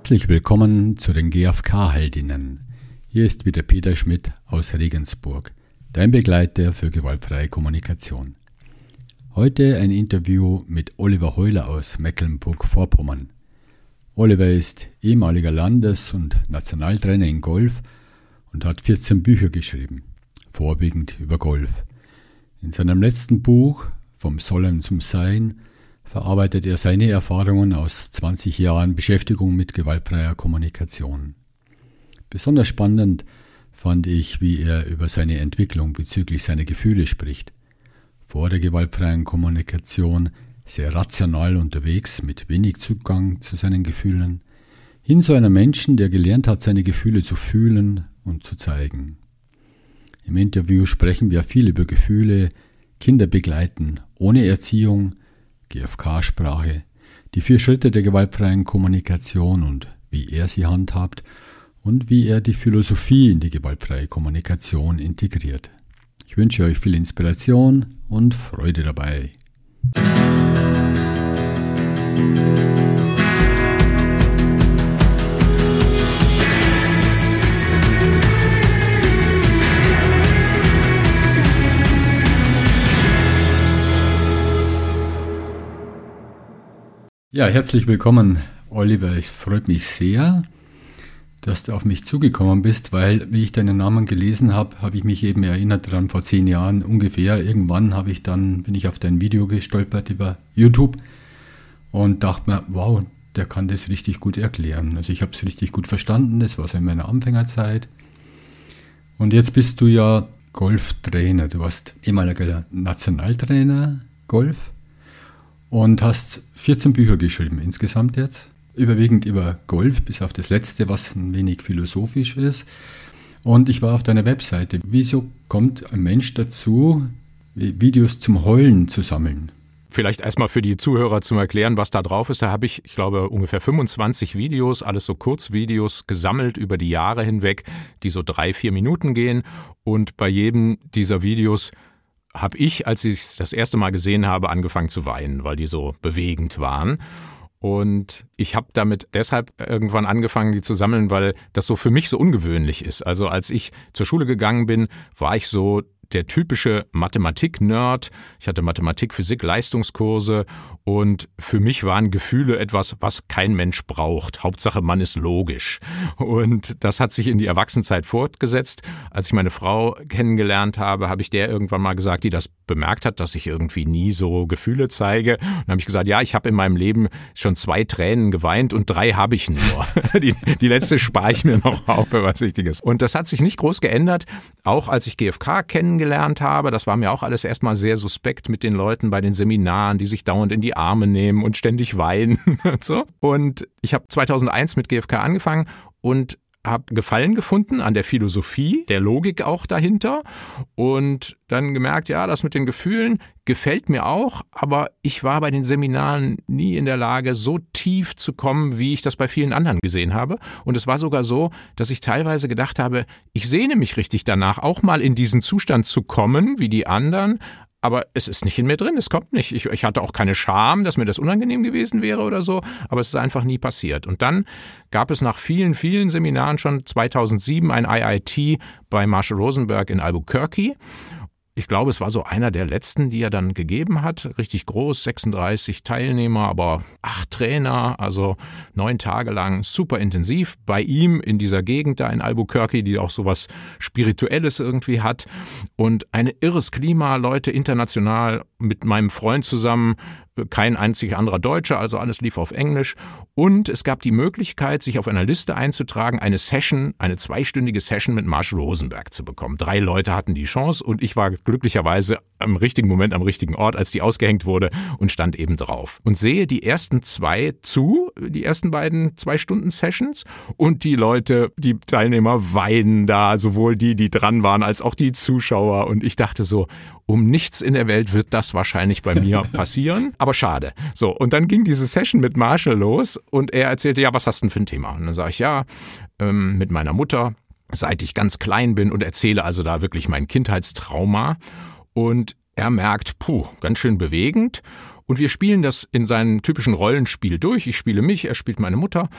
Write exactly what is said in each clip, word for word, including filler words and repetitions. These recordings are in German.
Herzlich willkommen zu den G F K-Heldinnen. Hier ist wieder Peter Schmidt aus Regensburg, dein Begleiter für gewaltfreie Kommunikation. Heute ein Interview mit Oliver Heuler aus Mecklenburg-Vorpommern. Oliver ist ehemaliger Landes- und Nationaltrainer in Golf und hat vierzehn Bücher geschrieben, vorwiegend über Golf. In seinem letzten Buch Vom Sollen zum Sein verarbeitet er seine Erfahrungen aus zwanzig Jahren Beschäftigung mit gewaltfreier Kommunikation. Besonders spannend fand ich, wie er über seine Entwicklung bezüglich seiner Gefühle spricht. Vor der gewaltfreien Kommunikation sehr rational unterwegs, mit wenig Zugang zu seinen Gefühlen, hin zu einem Menschen, der gelernt hat, seine Gefühle zu fühlen und zu zeigen. Im Interview sprechen wir viel über Gefühle, Kinder begleiten, ohne Erziehung, G F K-Sprache, die vier Schritte der gewaltfreien Kommunikation und wie er sie handhabt und wie er die Philosophie in die gewaltfreie Kommunikation integriert. Ich wünsche euch viel Inspiration und Freude dabei. Ja, herzlich willkommen, Oliver. Es freut mich sehr, dass du auf mich zugekommen bist, weil, wie ich deinen Namen gelesen habe, habe ich mich eben erinnert daran, vor zehn Jahren ungefähr. Irgendwann habe ich dann, bin ich auf dein Video gestolpert über YouTube und dachte mir, wow, der kann das richtig gut erklären. Also ich habe es richtig gut verstanden, das war so in meiner Anfängerzeit. Und jetzt bist du ja Golftrainer. Du warst ehemaliger Nationaltrainer Golf. Und hast vierzehn Bücher geschrieben insgesamt jetzt, überwiegend über Golf, bis auf das letzte, was ein wenig philosophisch ist. Und ich war auf deiner Webseite. Wieso kommt ein Mensch dazu, Videos zum Heulen zu sammeln? Vielleicht erstmal für die Zuhörer zum Erklären, was da drauf ist. Da habe ich, ich glaube, ungefähr fünfundzwanzig Videos, alles so Kurzvideos gesammelt über die Jahre hinweg, die so drei, vier Minuten gehen. Und bei jedem dieser Videos habe ich, als ich es das erste Mal gesehen habe, angefangen zu weinen, weil die so bewegend waren. Und ich habe damit deshalb irgendwann angefangen, die zu sammeln, weil das so für mich so ungewöhnlich ist. Also als ich zur Schule gegangen bin, war ich so der typische Mathematik-Nerd. Ich hatte Mathematik, Physik, Leistungskurse und für mich waren Gefühle etwas, was kein Mensch braucht. Hauptsache, man ist logisch. Und das hat sich in die Erwachsenenzeit fortgesetzt. Als ich meine Frau kennengelernt habe, habe ich der irgendwann mal gesagt, die das bemerkt hat, dass ich irgendwie nie so Gefühle zeige. Und dann habe ich gesagt, ja, ich habe in meinem Leben schon zwei Tränen geweint und drei habe ich nur. Die, die letzte spare ich mir noch auf für was Wichtiges. Und das hat sich nicht groß geändert, auch als ich G F K kennengelernt gelernt habe. Das war mir auch alles erstmal sehr suspekt mit den Leuten bei den Seminaren, die sich dauernd in die Arme nehmen und ständig weinen und so. Und ich habe zweitausendeins mit G F K angefangen und habe Gefallen gefunden an der Philosophie, der Logik auch dahinter und dann gemerkt, ja, das mit den Gefühlen gefällt mir auch, aber ich war bei den Seminaren nie in der Lage, so tief zu kommen, wie ich das bei vielen anderen gesehen habe. Und es war sogar so, dass ich teilweise gedacht habe, ich sehne mich richtig danach, auch mal in diesen Zustand zu kommen, wie die anderen. Aber es ist nicht in mir drin, es kommt nicht. Ich, ich hatte auch keine Scham, dass mir das unangenehm gewesen wäre oder so, aber es ist einfach nie passiert. Und dann gab es nach vielen, vielen Seminaren schon zweitausendsieben ein I I T bei Marshall Rosenberg in Albuquerque. Ich glaube, es war so einer der letzten, die er dann gegeben hat. Richtig groß, sechsunddreißig Teilnehmer, aber acht Trainer, also neun Tage lang super intensiv. Bei ihm in dieser Gegend da in Albuquerque, die auch sowas Spirituelles irgendwie hat. Und ein irres Klima, Leute international mit meinem Freund zusammen. Kein einziger anderer Deutscher, also alles lief auf Englisch. Und es gab die Möglichkeit, sich auf einer Liste einzutragen, eine Session, eine zweistündige Session mit Marshall Rosenberg zu bekommen. Drei Leute hatten die Chance und ich war glücklicherweise am richtigen Moment, am richtigen Ort, als die ausgehängt wurde und stand eben drauf. Und sehe die ersten zwei zu, die ersten beiden Zwei-Stunden-Sessions und die Leute, die Teilnehmer weinen da, sowohl die, die dran waren, als auch die Zuschauer. Und ich dachte so, um nichts in der Welt wird das wahrscheinlich bei mir passieren. Aber schade. So, und dann ging diese Session mit Marshall los und er erzählte, ja, was hast du denn für ein Thema? Und dann sage ich, ja, ähm, mit meiner Mutter, seit ich ganz klein bin und erzähle also da wirklich mein Kindheitstrauma. Und er merkt, puh, ganz schön bewegend. Und wir spielen das in seinem typischen Rollenspiel durch. Ich spiele mich, er spielt meine Mutter.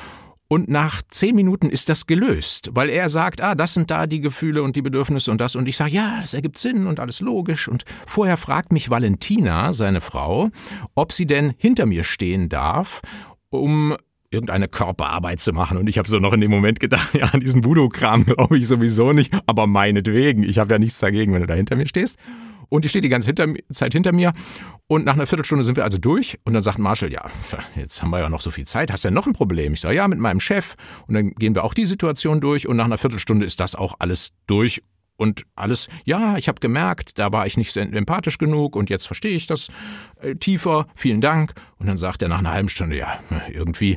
Und nach zehn Minuten ist das gelöst, weil er sagt, ah, das sind da die Gefühle und die Bedürfnisse und das. Und ich sage, ja, das ergibt Sinn und alles logisch. Und vorher fragt mich Valentina, seine Frau, ob sie denn hinter mir stehen darf, um irgendeine Körperarbeit zu machen. Und ich habe so noch in dem Moment gedacht, ja, an diesen Voodoo-Kram glaube ich sowieso nicht, aber meinetwegen, ich habe ja nichts dagegen, wenn du da hinter mir stehst. Und die steht die ganze hinter, Zeit hinter mir. Und nach einer Viertelstunde sind wir also durch. Und dann sagt Marshall, ja, jetzt haben wir ja noch so viel Zeit. Hast du denn noch ein Problem? Ich sage, ja, mit meinem Chef. Und dann gehen wir auch die Situation durch. Und nach einer Viertelstunde ist das auch alles durch. Und alles, ja, ich habe gemerkt, da war ich nicht sehr empathisch genug. Und jetzt verstehe ich das äh, tiefer. Vielen Dank. Und dann sagt er nach einer halben Stunde, ja, irgendwie,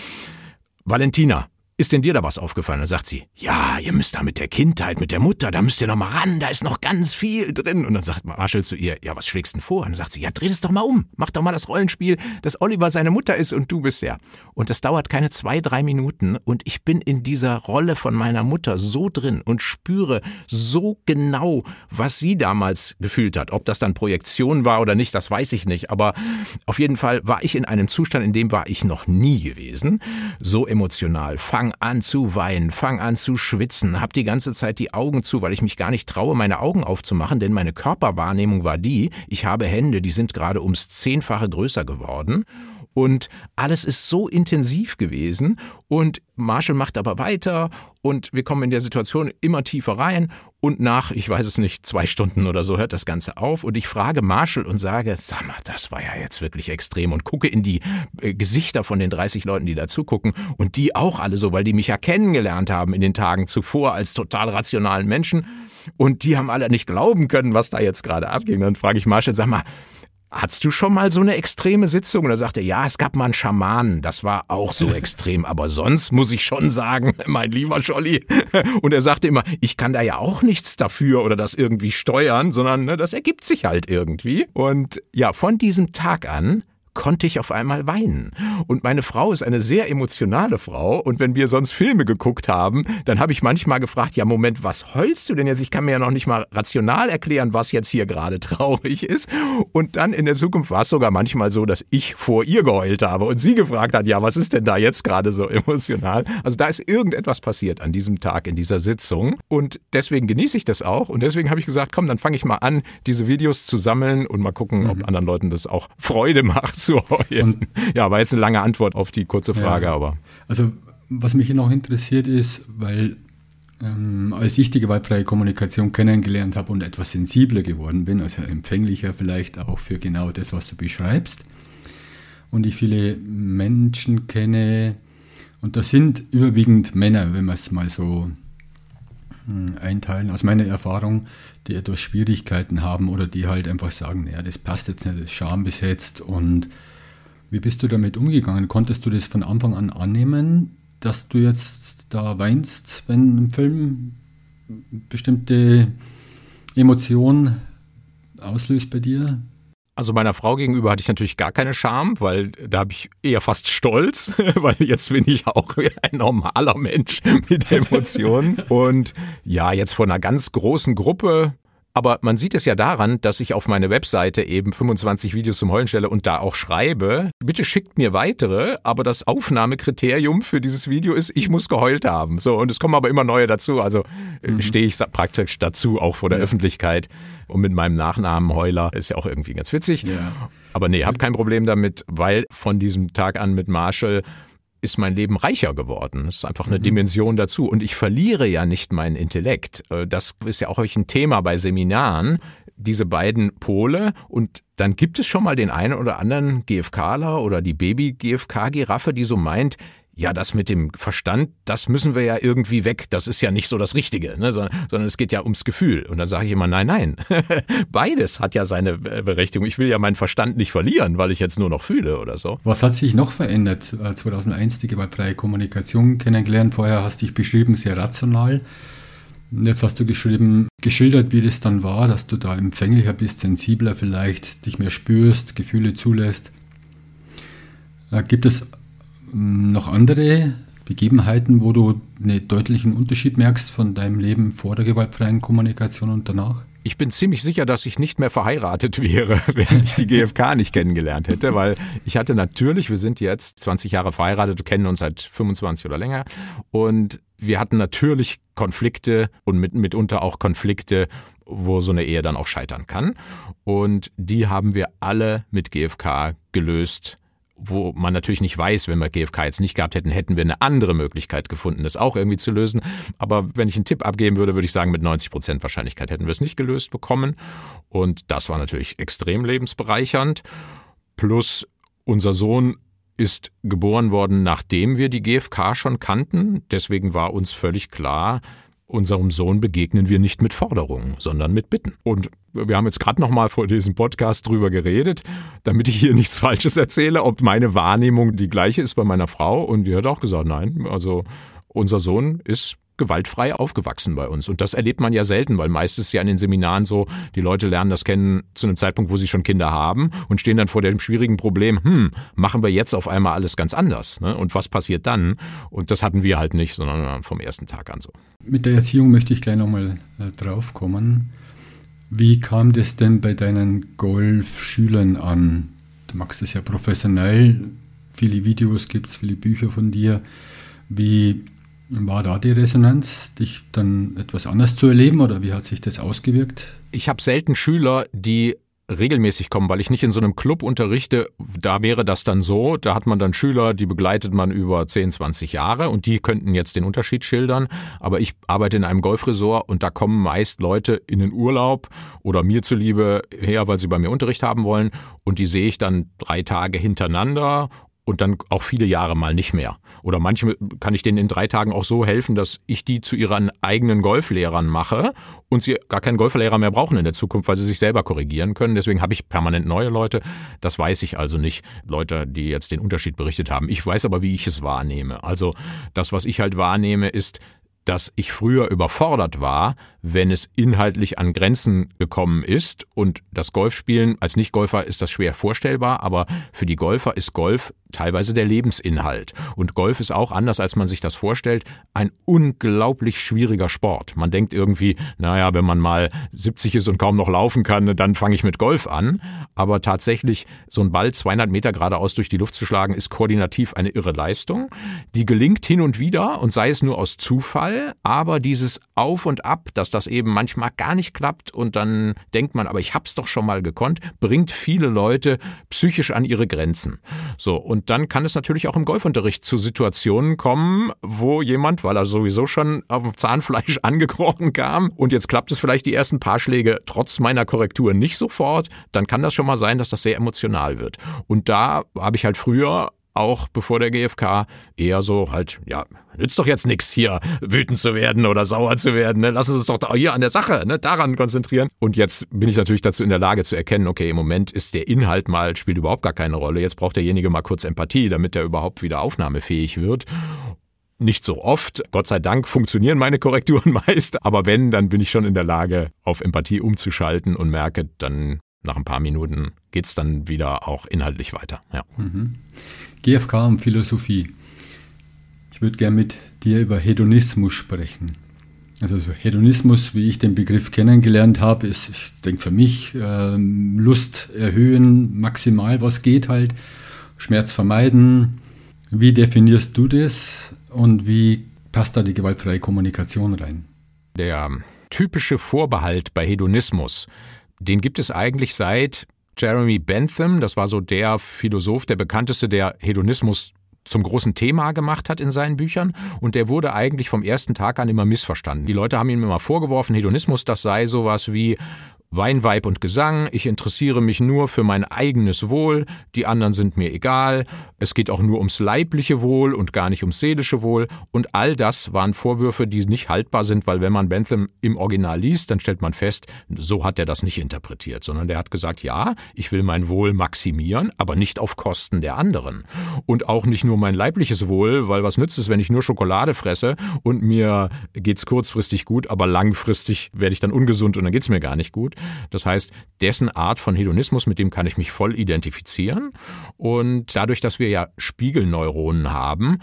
Valentina, ist denn dir da was aufgefallen? Dann sagt sie, ja, ihr müsst da mit der Kindheit, mit der Mutter, da müsst ihr noch mal ran, da ist noch ganz viel drin. Und dann sagt Marshall zu ihr, ja, was schlägst du denn vor? Und dann sagt sie, ja, dreh das doch mal um. Mach doch mal das Rollenspiel, dass Oliver seine Mutter ist und du bist er. Und das dauert keine zwei, drei Minuten und ich bin in dieser Rolle von meiner Mutter so drin und spüre so genau, was sie damals gefühlt hat. Ob das dann Projektion war oder nicht, das weiß ich nicht. Aber auf jeden Fall war ich in einem Zustand, in dem war ich noch nie gewesen. So emotional. Fang an zu weinen, fang an zu schwitzen, hab die ganze Zeit die Augen zu, weil ich mich gar nicht traue, meine Augen aufzumachen, denn meine Körperwahrnehmung war die, ich habe Hände, die sind gerade ums Zehnfache größer geworden. Und alles ist so intensiv gewesen und Marshall macht aber weiter und wir kommen in der Situation immer tiefer rein und nach, ich weiß es nicht, zwei Stunden oder so hört das Ganze auf und ich frage Marshall und sage, sag mal, das war ja jetzt wirklich extrem und gucke in die äh, Gesichter von den dreißig Leuten, die da zugucken und die auch alle so, weil die mich ja kennengelernt haben in den Tagen zuvor als total rationalen Menschen und die haben alle nicht glauben können, was da jetzt gerade abging. Dann frage ich Marshall, sag mal, hattest du schon mal so eine extreme Sitzung? Und er sagte, ja, es gab mal einen Schamanen, das war auch so extrem. Aber sonst muss ich schon sagen, mein lieber Scholli. Und er sagte immer, ich kann da ja auch nichts dafür oder das irgendwie steuern, sondern ne, das ergibt sich halt irgendwie. Und ja, von diesem Tag an konnte ich auf einmal weinen. Und meine Frau ist eine sehr emotionale Frau und wenn wir sonst Filme geguckt haben, dann habe ich manchmal gefragt, ja Moment, was heulst du denn jetzt? Ich kann mir ja noch nicht mal rational erklären, was jetzt hier gerade traurig ist. Und dann in der Zukunft war es sogar manchmal so, dass ich vor ihr geheult habe und sie gefragt hat, ja, was ist denn da jetzt gerade so emotional? Also da ist irgendetwas passiert an diesem Tag, in dieser Sitzung und deswegen genieße ich das auch und deswegen habe ich gesagt, komm, dann fange ich mal an, diese Videos zu sammeln und mal gucken, mhm. ob anderen Leuten das auch Freude macht. Zu heulen. Ja, war jetzt eine lange Antwort auf die kurze Frage, ja, aber. Also, was mich hier noch interessiert ist, weil ähm, als ich die gewaltfreie Kommunikation kennengelernt habe und etwas sensibler geworden bin, also empfänglicher vielleicht auch für genau das, was du beschreibst, und ich viele Menschen kenne, und das sind überwiegend Männer, wenn wir es mal so äh, einteilen, aus meiner Erfahrung, die etwas Schwierigkeiten haben oder die halt einfach sagen, naja, das passt jetzt nicht, das ist schambesetzt. Und wie bist du damit umgegangen? Konntest du das von Anfang an annehmen, dass du jetzt da weinst, wenn ein Film bestimmte Emotionen auslöst bei dir? Also meiner Frau gegenüber hatte ich natürlich gar keine Scham, weil da habe ich eher fast Stolz, weil jetzt bin ich auch ein normaler Mensch mit Emotionen. Und ja, jetzt vor einer ganz großen Gruppe. Aber man sieht es ja daran, dass ich auf meine Webseite eben fünfundzwanzig Videos zum Heulen stelle und da auch schreibe, bitte schickt mir weitere, aber das Aufnahmekriterium für dieses Video ist, ich muss geheult haben. So, und es kommen aber immer neue dazu, also mhm. stehe ich praktisch dazu, auch vor der ja. Öffentlichkeit. Und mit meinem Nachnamen Heuler ist ja auch irgendwie ganz witzig. Ja. Aber nee, habe kein Problem damit, weil von diesem Tag an mit Marshall ist mein Leben reicher geworden. Das ist einfach eine mhm. Dimension dazu. Und ich verliere ja nicht meinen Intellekt. Das ist ja auch ein Thema bei Seminaren, diese beiden Pole. Und dann gibt es schon mal den einen oder anderen GfKler oder die Baby-G F K-Giraffe, die so meint, ja, das mit dem Verstand, das müssen wir ja irgendwie weg. Das ist ja nicht so das Richtige, ne? sondern, sondern es geht ja ums Gefühl. Und dann sage ich immer, nein, nein, beides hat ja seine Berechtigung. Ich will ja meinen Verstand nicht verlieren, weil ich jetzt nur noch fühle oder so. Was hat sich noch verändert? zweitausendeins die gewaltfreie Kommunikation kennengelernt. Vorher hast du dich beschrieben, sehr rational. Jetzt hast du geschrieben, geschildert, wie das dann war, dass du da empfänglicher bist, sensibler vielleicht, dich mehr spürst, Gefühle zulässt. Gibt es noch andere Begebenheiten, wo du einen deutlichen Unterschied merkst von deinem Leben vor der gewaltfreien Kommunikation und danach? Ich bin ziemlich sicher, dass ich nicht mehr verheiratet wäre, wenn ich die G f K nicht kennengelernt hätte, weil ich hatte natürlich, wir sind jetzt zwanzig Jahre verheiratet, kennen uns seit fünfundzwanzig oder länger und wir hatten natürlich Konflikte und mit, mitunter auch Konflikte, wo so eine Ehe dann auch scheitern kann. Und die haben wir alle mit G f K gelöst, wo man natürlich nicht weiß, wenn wir G f K jetzt nicht gehabt hätten, hätten wir eine andere Möglichkeit gefunden, das auch irgendwie zu lösen. Aber wenn ich einen Tipp abgeben würde, würde ich sagen, mit neunzig Prozent Wahrscheinlichkeit hätten wir es nicht gelöst bekommen. Und das war natürlich extrem lebensbereichernd. Plus unser Sohn ist geboren worden, nachdem wir die G f K schon kannten. Deswegen war uns völlig klar, unserem Sohn begegnen wir nicht mit Forderungen, sondern mit Bitten. Und wir haben jetzt gerade noch mal vor diesem Podcast drüber geredet, damit ich hier nichts Falsches erzähle, ob meine Wahrnehmung die gleiche ist bei meiner Frau. Und die hat auch gesagt, nein, also unser Sohn ist gewaltfrei aufgewachsen bei uns. Und das erlebt man ja selten, weil meistens ja in den Seminaren so, die Leute lernen das kennen zu einem Zeitpunkt, wo sie schon Kinder haben und stehen dann vor dem schwierigen Problem, hm, machen wir jetzt auf einmal alles ganz anders, ne? Und was passiert dann? Und das hatten wir halt nicht, sondern vom ersten Tag an so. Mit der Erziehung möchte ich gleich nochmal äh, drauf kommen. Wie kam das denn bei deinen Golfschülern an? Du machst das ja professionell, viele Videos gibt es, viele Bücher von dir. Wie war da die Resonanz, dich dann etwas anders zu erleben oder wie hat sich das ausgewirkt? Ich habe selten Schüler, die regelmäßig kommen, weil ich nicht in so einem Club unterrichte. Da wäre das dann so, da hat man dann Schüler, die begleitet man über zehn, zwanzig Jahre und die könnten jetzt den Unterschied schildern. Aber ich arbeite in einem Golfresort und da kommen meist Leute in den Urlaub oder mir zuliebe her, weil sie bei mir Unterricht haben wollen und die sehe ich dann drei Tage hintereinander und dann auch viele Jahre mal nicht mehr. Oder manchmal kann ich denen in drei Tagen auch so helfen, dass ich die zu ihren eigenen Golflehrern mache und sie gar keinen Golflehrer mehr brauchen in der Zukunft, weil sie sich selber korrigieren können. Deswegen habe ich permanent neue Leute. Das weiß ich also nicht, Leute, die jetzt den Unterschied berichtet haben. Ich weiß aber, wie ich es wahrnehme. Also das, was ich halt wahrnehme, ist, dass ich früher überfordert war, wenn es inhaltlich an Grenzen gekommen ist. Und das Golfspielen als Nicht-Golfer ist das schwer vorstellbar, aber für die Golfer ist Golf teilweise der Lebensinhalt. Und Golf ist auch, anders als man sich das vorstellt, ein unglaublich schwieriger Sport. Man denkt irgendwie, naja, wenn man mal siebzig ist und kaum noch laufen kann, dann fange ich mit Golf an. Aber tatsächlich, so ein Ball zweihundert Meter geradeaus durch die Luft zu schlagen, ist koordinativ eine irre Leistung. Die gelingt hin und wieder und sei es nur aus Zufall, aber dieses Auf und Ab, dass das eben manchmal gar nicht klappt und dann denkt man, aber ich hab's doch schon mal gekonnt, bringt viele Leute psychisch an ihre Grenzen. So, und dann kann es natürlich auch im Golfunterricht zu Situationen kommen, wo jemand, weil er sowieso schon auf dem Zahnfleisch angekrochen kam und jetzt klappt es vielleicht die ersten paar Schläge trotz meiner Korrektur nicht sofort, dann kann das schon mal sein, dass das sehr emotional wird. Und da habe ich halt früher auch bevor der G f K eher so halt, ja, nützt doch jetzt nichts hier wütend zu werden oder sauer zu werden, ne? Lass uns doch da hier an der Sache, ne, daran konzentrieren. Und jetzt bin ich natürlich dazu in der Lage zu erkennen, okay, im Moment ist der Inhalt mal, spielt überhaupt gar keine Rolle. Jetzt braucht derjenige mal kurz Empathie, damit er überhaupt wieder aufnahmefähig wird. Nicht so oft, Gott sei Dank funktionieren meine Korrekturen meist, aber wenn, dann bin ich schon in der Lage, auf Empathie umzuschalten und merke, dann nach ein paar Minuten geht es dann wieder auch inhaltlich weiter. Ja. Mhm. G f K und Philosophie. Ich würde gerne mit dir über Hedonismus sprechen. Also Hedonismus, wie ich den Begriff kennengelernt habe, ist, ich denke für mich, äh, Lust erhöhen, maximal was geht halt, Schmerz vermeiden. Wie definierst du das und wie passt da die gewaltfreie Kommunikation rein? Der typische Vorbehalt bei Hedonismus, den gibt es eigentlich seit Jeremy Bentham, das war so der Philosoph, der bekannteste, der Hedonismus zum großen Thema gemacht hat in seinen Büchern und der wurde eigentlich vom ersten Tag an immer missverstanden. Die Leute haben ihm immer vorgeworfen, Hedonismus, das sei sowas wie Wein, Weib und Gesang, ich interessiere mich nur für mein eigenes Wohl, die anderen sind mir egal, es geht auch nur ums leibliche Wohl und gar nicht ums seelische Wohl und all das waren Vorwürfe, die nicht haltbar sind, weil wenn man Bentham im Original liest, dann stellt man fest, so hat er das nicht interpretiert, sondern der hat gesagt, ja, ich will mein Wohl maximieren, aber nicht auf Kosten der anderen und auch nicht nur mein leibliches Wohl, weil was nützt es, wenn ich nur Schokolade fresse und mir geht's kurzfristig gut, aber langfristig werde ich dann ungesund und dann geht's mir gar nicht gut. Das heißt, dessen Art von Hedonismus, mit dem kann ich mich voll identifizieren. Und dadurch, dass wir ja Spiegelneuronen haben,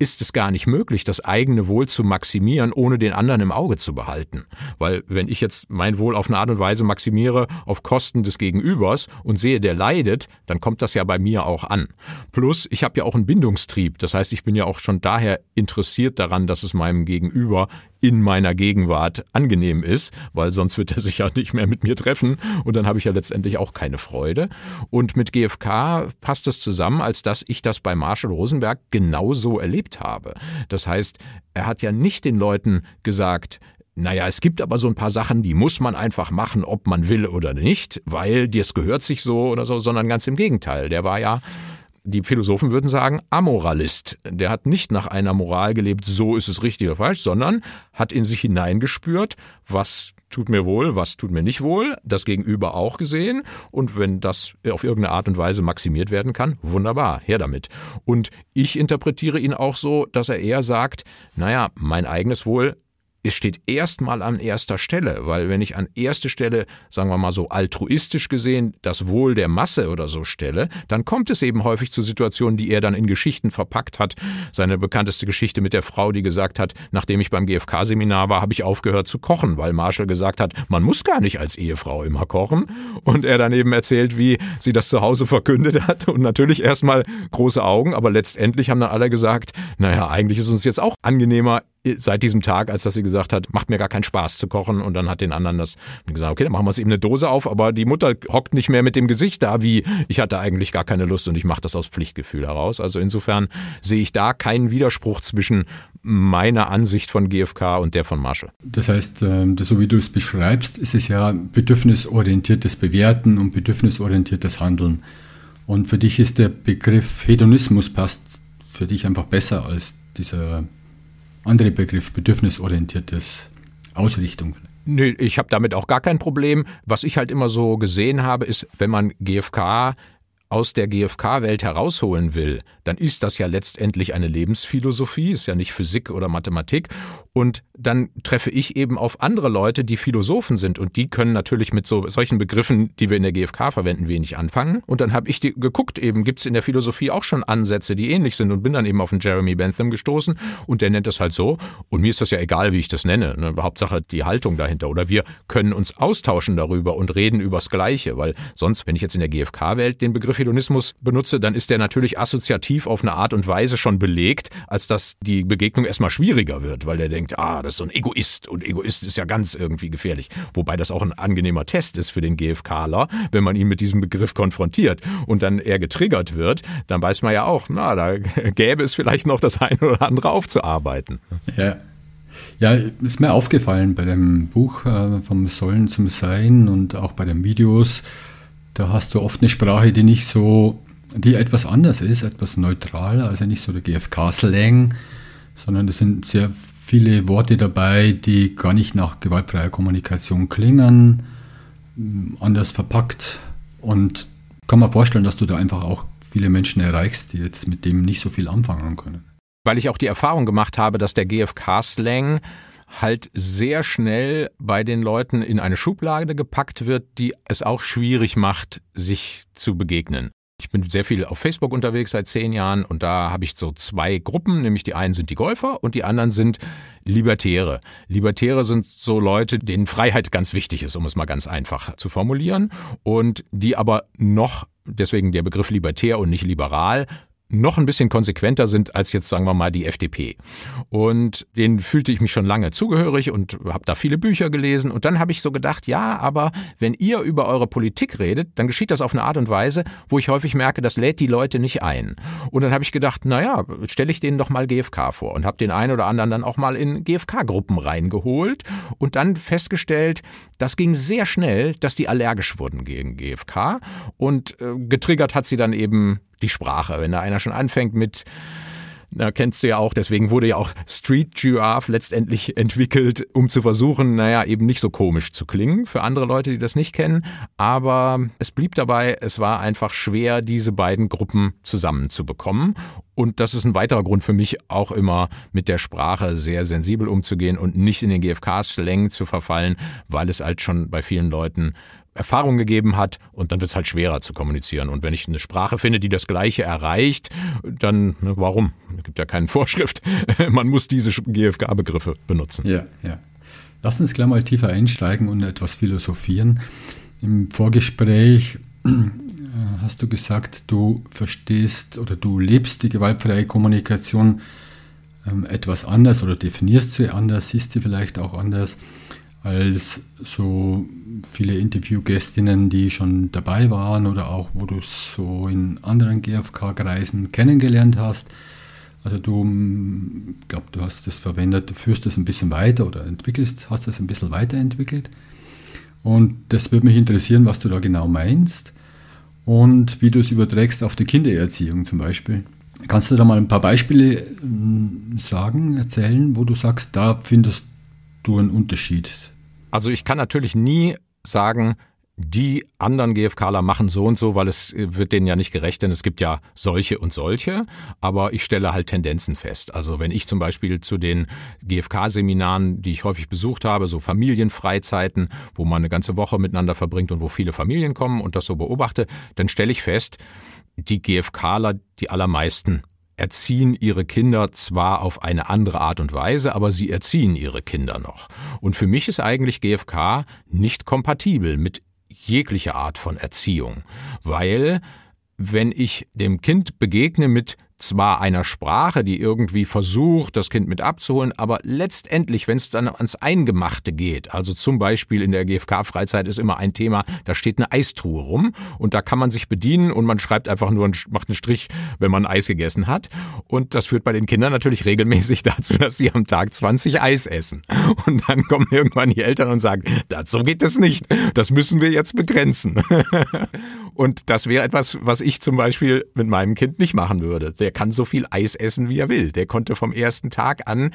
ist es gar nicht möglich, das eigene Wohl zu maximieren, ohne den anderen im Auge zu behalten. Weil wenn ich jetzt mein Wohl auf eine Art und Weise maximiere auf Kosten des Gegenübers und sehe, der leidet, dann kommt das ja bei mir auch an. Plus, ich habe ja auch einen Bindungstrieb. Das heißt, ich bin ja auch schon daher interessiert daran, dass es meinem Gegenüber in meiner Gegenwart angenehm ist, weil sonst wird er sich ja nicht mehr mit mir treffen und dann habe ich ja letztendlich auch keine Freude. Und mit G F K passt es zusammen, als dass ich das bei Marshall Rosenberg genauso erlebt habe. Das heißt, er hat ja nicht den Leuten gesagt, naja, es gibt aber so ein paar Sachen, die muss man einfach machen, ob man will oder nicht, weil das gehört sich so oder so, sondern ganz im Gegenteil. Der war ja, die Philosophen würden sagen, Amoralist. Der hat nicht nach einer Moral gelebt, so ist es richtig oder falsch, sondern hat in sich hineingespürt, was tut mir wohl, was tut mir nicht wohl, das Gegenüber auch gesehen und wenn das auf irgendeine Art und Weise maximiert werden kann, wunderbar, her damit. Und ich interpretiere ihn auch so, dass er eher sagt, naja, mein eigenes Wohl, es steht erstmal an erster Stelle, weil wenn ich an erste Stelle, sagen wir mal so altruistisch gesehen, das Wohl der Masse oder so stelle, dann kommt es eben häufig zu Situationen, die er dann in Geschichten verpackt hat. Seine bekannteste Geschichte mit der Frau, die gesagt hat, nachdem ich beim G F K-Seminar war, habe ich aufgehört zu kochen, weil Marshall gesagt hat, man muss gar nicht als Ehefrau immer kochen. Und er dann eben erzählt, wie sie das zu Hause verkündet hat und natürlich erstmal große Augen, aber letztendlich haben dann alle gesagt, naja, eigentlich ist uns jetzt auch angenehmer, seit diesem Tag, als dass sie gesagt hat, macht mir gar keinen Spaß zu kochen und dann hat den anderen das gesagt, okay, dann machen wir uns eben eine Dose auf, aber die Mutter hockt nicht mehr mit dem Gesicht da, wie ich hatte eigentlich gar keine Lust und ich mache das aus Pflichtgefühl heraus. Also insofern sehe ich da keinen Widerspruch zwischen meiner Ansicht von G F K und der von Marshall. Das heißt, so wie du es beschreibst, ist es ja bedürfnisorientiertes Bewerten und bedürfnisorientiertes Handeln. Und für dich ist der Begriff Hedonismus passt für dich einfach besser als dieser andere Begriff, bedürfnisorientiertes Ausrichtung. Nö, ich habe damit auch gar kein Problem. Was ich halt immer so gesehen habe, ist, wenn man G F K aus der G F K-Welt herausholen will, dann ist das ja letztendlich eine Lebensphilosophie, ist ja nicht Physik oder Mathematik. Und dann treffe ich eben auf andere Leute, die Philosophen sind. Und die können natürlich mit so solchen Begriffen, die wir in der G F K verwenden, wenig anfangen. Und dann habe ich die geguckt, eben gibt es in der Philosophie auch schon Ansätze, die ähnlich sind und bin dann eben auf den Jeremy Bentham gestoßen. Und der nennt das halt so. Und mir ist das ja egal, wie ich das nenne. Ne? Hauptsache die Haltung dahinter. Oder wir können uns austauschen darüber und reden übers Gleiche. Weil sonst, wenn ich jetzt in der G F K-Welt den Begriff Hedonismus benutze, dann ist der natürlich assoziativ auf eine Art und Weise schon belegt, als dass die Begegnung erstmal schwieriger wird, weil der denkt, ah, das ist so ein Egoist und Egoist ist ja ganz irgendwie gefährlich. Wobei das auch ein angenehmer Test ist für den GFKler, wenn man ihn mit diesem Begriff konfrontiert und dann er getriggert wird, dann weiß man ja auch, na, da gäbe es vielleicht noch das eine oder andere aufzuarbeiten. Ja. Ja, ist mir aufgefallen bei dem Buch äh, vom Sollen zum Sein und auch bei den Videos, da hast du oft eine Sprache, die nicht so, die etwas anders ist, etwas neutraler, also nicht so der G F K-Slang, sondern es sind sehr viele Worte dabei, die gar nicht nach gewaltfreier Kommunikation klingen, anders verpackt und kann man vorstellen, dass du da einfach auch viele Menschen erreichst, die jetzt mit dem nicht so viel anfangen können. Weil ich auch die Erfahrung gemacht habe, dass der G F K-Slang halt sehr schnell bei den Leuten in eine Schublade gepackt wird, die es auch schwierig macht, sich zu begegnen. Ich bin sehr viel auf Facebook unterwegs seit zehn Jahren und da habe ich so zwei Gruppen, nämlich die einen sind die Golfer und die anderen sind Libertäre. Libertäre sind so Leute, denen Freiheit ganz wichtig ist, um es mal ganz einfach zu formulieren und die aber noch, deswegen der Begriff libertär und nicht liberal, noch ein bisschen konsequenter sind als jetzt, sagen wir mal, die F D P. Und denen fühlte ich mich schon lange zugehörig und habe da viele Bücher gelesen. Und dann habe ich so gedacht, ja, aber wenn ihr über eure Politik redet, dann geschieht das auf eine Art und Weise, wo ich häufig merke, das lädt die Leute nicht ein. Und dann habe ich gedacht, naja, stelle ich denen doch mal G F K vor und habe den einen oder anderen dann auch mal in G F K-Gruppen reingeholt und dann festgestellt, das ging sehr schnell, dass die allergisch wurden gegen G F K und äh, getriggert hat sie dann eben die Sprache. Wenn da einer schon anfängt mit, na, kennst du ja auch, deswegen wurde ja auch Street Giraffe letztendlich entwickelt, um zu versuchen, naja, eben nicht so komisch zu klingen für andere Leute, die das nicht kennen. Aber es blieb dabei, es war einfach schwer, diese beiden Gruppen zusammenzubekommen. Und das ist ein weiterer Grund für mich, auch immer mit der Sprache sehr sensibel umzugehen und nicht in den G F K-Slang zu verfallen, weil es halt schon bei vielen Leuten Erfahrung gegeben hat und dann wird es halt schwerer zu kommunizieren. Und wenn ich eine Sprache finde, die das Gleiche erreicht, dann ne, warum? Es gibt ja keine Vorschrift. Man muss diese G F K-Begriffe benutzen. Ja, ja. Lass uns gleich mal tiefer einsteigen und etwas philosophieren. Im Vorgespräch hast du gesagt, du verstehst oder du lebst die gewaltfreie Kommunikation ähm, etwas anders oder definierst sie anders, siehst sie vielleicht auch anders als so viele Interviewgästinnen, die schon dabei waren oder auch, wo du es so in anderen G F K-Kreisen kennengelernt hast. Also du, ich glaube, du hast das verwendet, du führst das ein bisschen weiter oder entwickelst, hast das ein bisschen weiterentwickelt. Und das würde mich interessieren, was du da genau meinst und wie du es überträgst auf die Kindererziehung zum Beispiel. Kannst du da mal ein paar Beispiele sagen, erzählen, wo du sagst, da findest du einen Unterschied? Also ich kann natürlich nie sagen, die anderen GFKler machen so und so, weil es wird denen ja nicht gerecht, denn es gibt ja solche und solche, aber ich stelle halt Tendenzen fest. Also wenn ich zum Beispiel zu den G F K-Seminaren, die ich häufig besucht habe, so Familienfreizeiten, wo man eine ganze Woche miteinander verbringt und wo viele Familien kommen und das so beobachte, dann stelle ich fest, die GFKler, die allermeisten, erziehen ihre Kinder zwar auf eine andere Art und Weise, aber sie erziehen ihre Kinder noch. Und für mich ist eigentlich G F K nicht kompatibel mit jeglicher Art von Erziehung, weil wenn ich dem Kind begegne mit zwar einer Sprache, die irgendwie versucht, das Kind mit abzuholen, aber letztendlich, wenn es dann ans Eingemachte geht, also zum Beispiel in der G F K-Freizeit ist immer ein Thema, da steht eine Eistruhe rum und da kann man sich bedienen und man schreibt einfach nur, macht einen Strich, wenn man Eis gegessen hat und das führt bei den Kindern natürlich regelmäßig dazu, dass sie am Tag zwanzig Eis essen und dann kommen irgendwann die Eltern und sagen, so geht das nicht, das müssen wir jetzt begrenzen. Und das wäre etwas, was ich zum Beispiel mit meinem Kind nicht machen würde. Der kann so viel Eis essen, wie er will. Der konnte vom ersten Tag an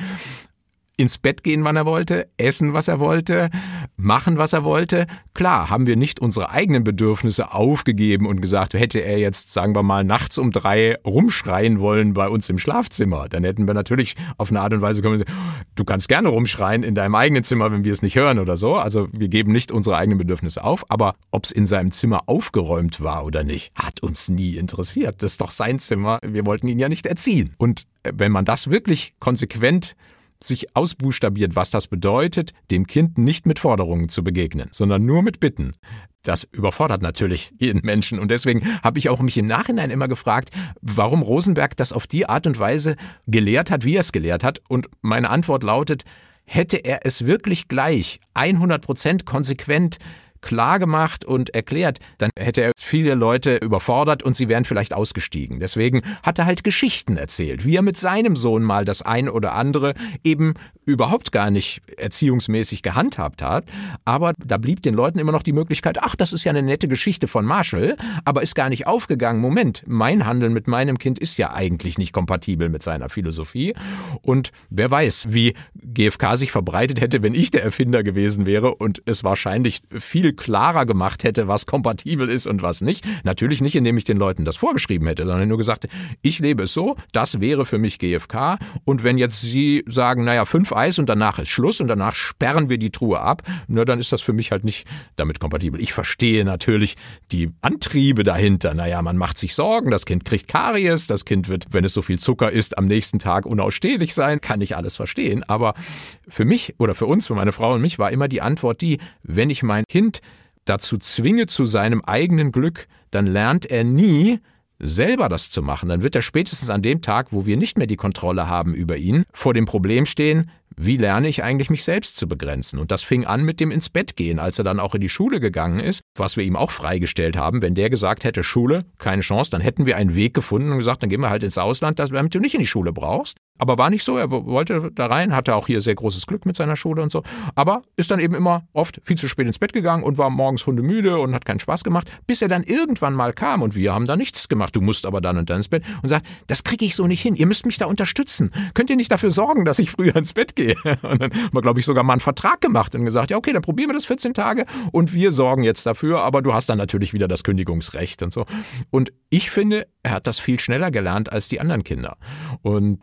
ins Bett gehen, wann er wollte, essen, was er wollte, machen, was er wollte. Klar, haben wir nicht unsere eigenen Bedürfnisse aufgegeben und gesagt, hätte er jetzt, sagen wir mal, nachts um drei rumschreien wollen bei uns im Schlafzimmer, dann hätten wir natürlich auf eine Art und Weise können, du kannst gerne rumschreien in deinem eigenen Zimmer, wenn wir es nicht hören oder so. Also wir geben nicht unsere eigenen Bedürfnisse auf, aber ob es in seinem Zimmer aufgeräumt war oder nicht, hat uns nie interessiert. Das ist doch sein Zimmer, wir wollten ihn ja nicht erziehen. Und wenn man das wirklich konsequent sich ausbuchstabiert, was das bedeutet, dem Kind nicht mit Forderungen zu begegnen, sondern nur mit Bitten. Das überfordert natürlich jeden Menschen und deswegen habe ich auch mich im Nachhinein immer gefragt, warum Rosenberg das auf die Art und Weise gelehrt hat, wie er es gelehrt hat. Und meine Antwort lautet, hätte er es wirklich gleich hundert Prozent konsequent klar gemacht und erklärt, dann hätte er viele Leute überfordert und sie wären vielleicht ausgestiegen. Deswegen hat er halt Geschichten erzählt, wie er mit seinem Sohn mal das ein oder andere eben überhaupt gar nicht erziehungsmäßig gehandhabt hat. Aber da blieb den Leuten immer noch die Möglichkeit, ach, das ist ja eine nette Geschichte von Marshall, aber ist gar nicht aufgegangen. Moment, mein Handeln mit meinem Kind ist ja eigentlich nicht kompatibel mit seiner Philosophie. Und wer weiß, wie G F K sich verbreitet hätte, wenn ich der Erfinder gewesen wäre und es wahrscheinlich viel klarer gemacht hätte, was kompatibel ist und was nicht. Natürlich nicht, indem ich den Leuten das vorgeschrieben hätte, sondern nur gesagt, ich lebe es so, das wäre für mich G F K. Und wenn jetzt Sie sagen, naja, fünf Eis und danach ist Schluss und danach sperren wir die Truhe ab, na, dann ist das für mich halt nicht damit kompatibel. Ich verstehe natürlich die Antriebe dahinter. Naja, man macht sich Sorgen, das Kind kriegt Karies, das Kind wird, wenn es so viel Zucker isst, am nächsten Tag unausstehlich sein, kann ich alles verstehen. Aber für mich oder für uns, für meine Frau und mich war immer die Antwort die, wenn ich mein Kind dazu zwinge zu seinem eigenen Glück, dann lernt er nie, selber das zu machen. Dann wird er spätestens an dem Tag, wo wir nicht mehr die Kontrolle haben über ihn, vor dem Problem stehen, wie lerne ich eigentlich, mich selbst zu begrenzen? Und das fing an mit dem ins Bett gehen, als er dann auch in die Schule gegangen ist, was wir ihm auch freigestellt haben. Wenn der gesagt hätte, Schule, keine Chance, dann hätten wir einen Weg gefunden und gesagt, dann gehen wir halt ins Ausland, damit du nicht in die Schule brauchst. Aber war nicht so, er wollte da rein, hatte auch hier sehr großes Glück mit seiner Schule und so, aber ist dann eben immer oft viel zu spät ins Bett gegangen und war morgens hundemüde und hat keinen Spaß gemacht, bis er dann irgendwann mal kam und wir haben da nichts gemacht, du musst aber dann und dann ins Bett und sagt, das kriege ich so nicht hin, ihr müsst mich da unterstützen, könnt ihr nicht dafür sorgen, dass ich früher ins Bett gehe? Und dann haben wir, glaube ich, sogar mal einen Vertrag gemacht und gesagt, ja okay, dann probieren wir das vierzehn Tage und wir sorgen jetzt dafür, aber du hast dann natürlich wieder das Kündigungsrecht und so. Und ich finde, er hat das viel schneller gelernt als die anderen Kinder. Und wo war denn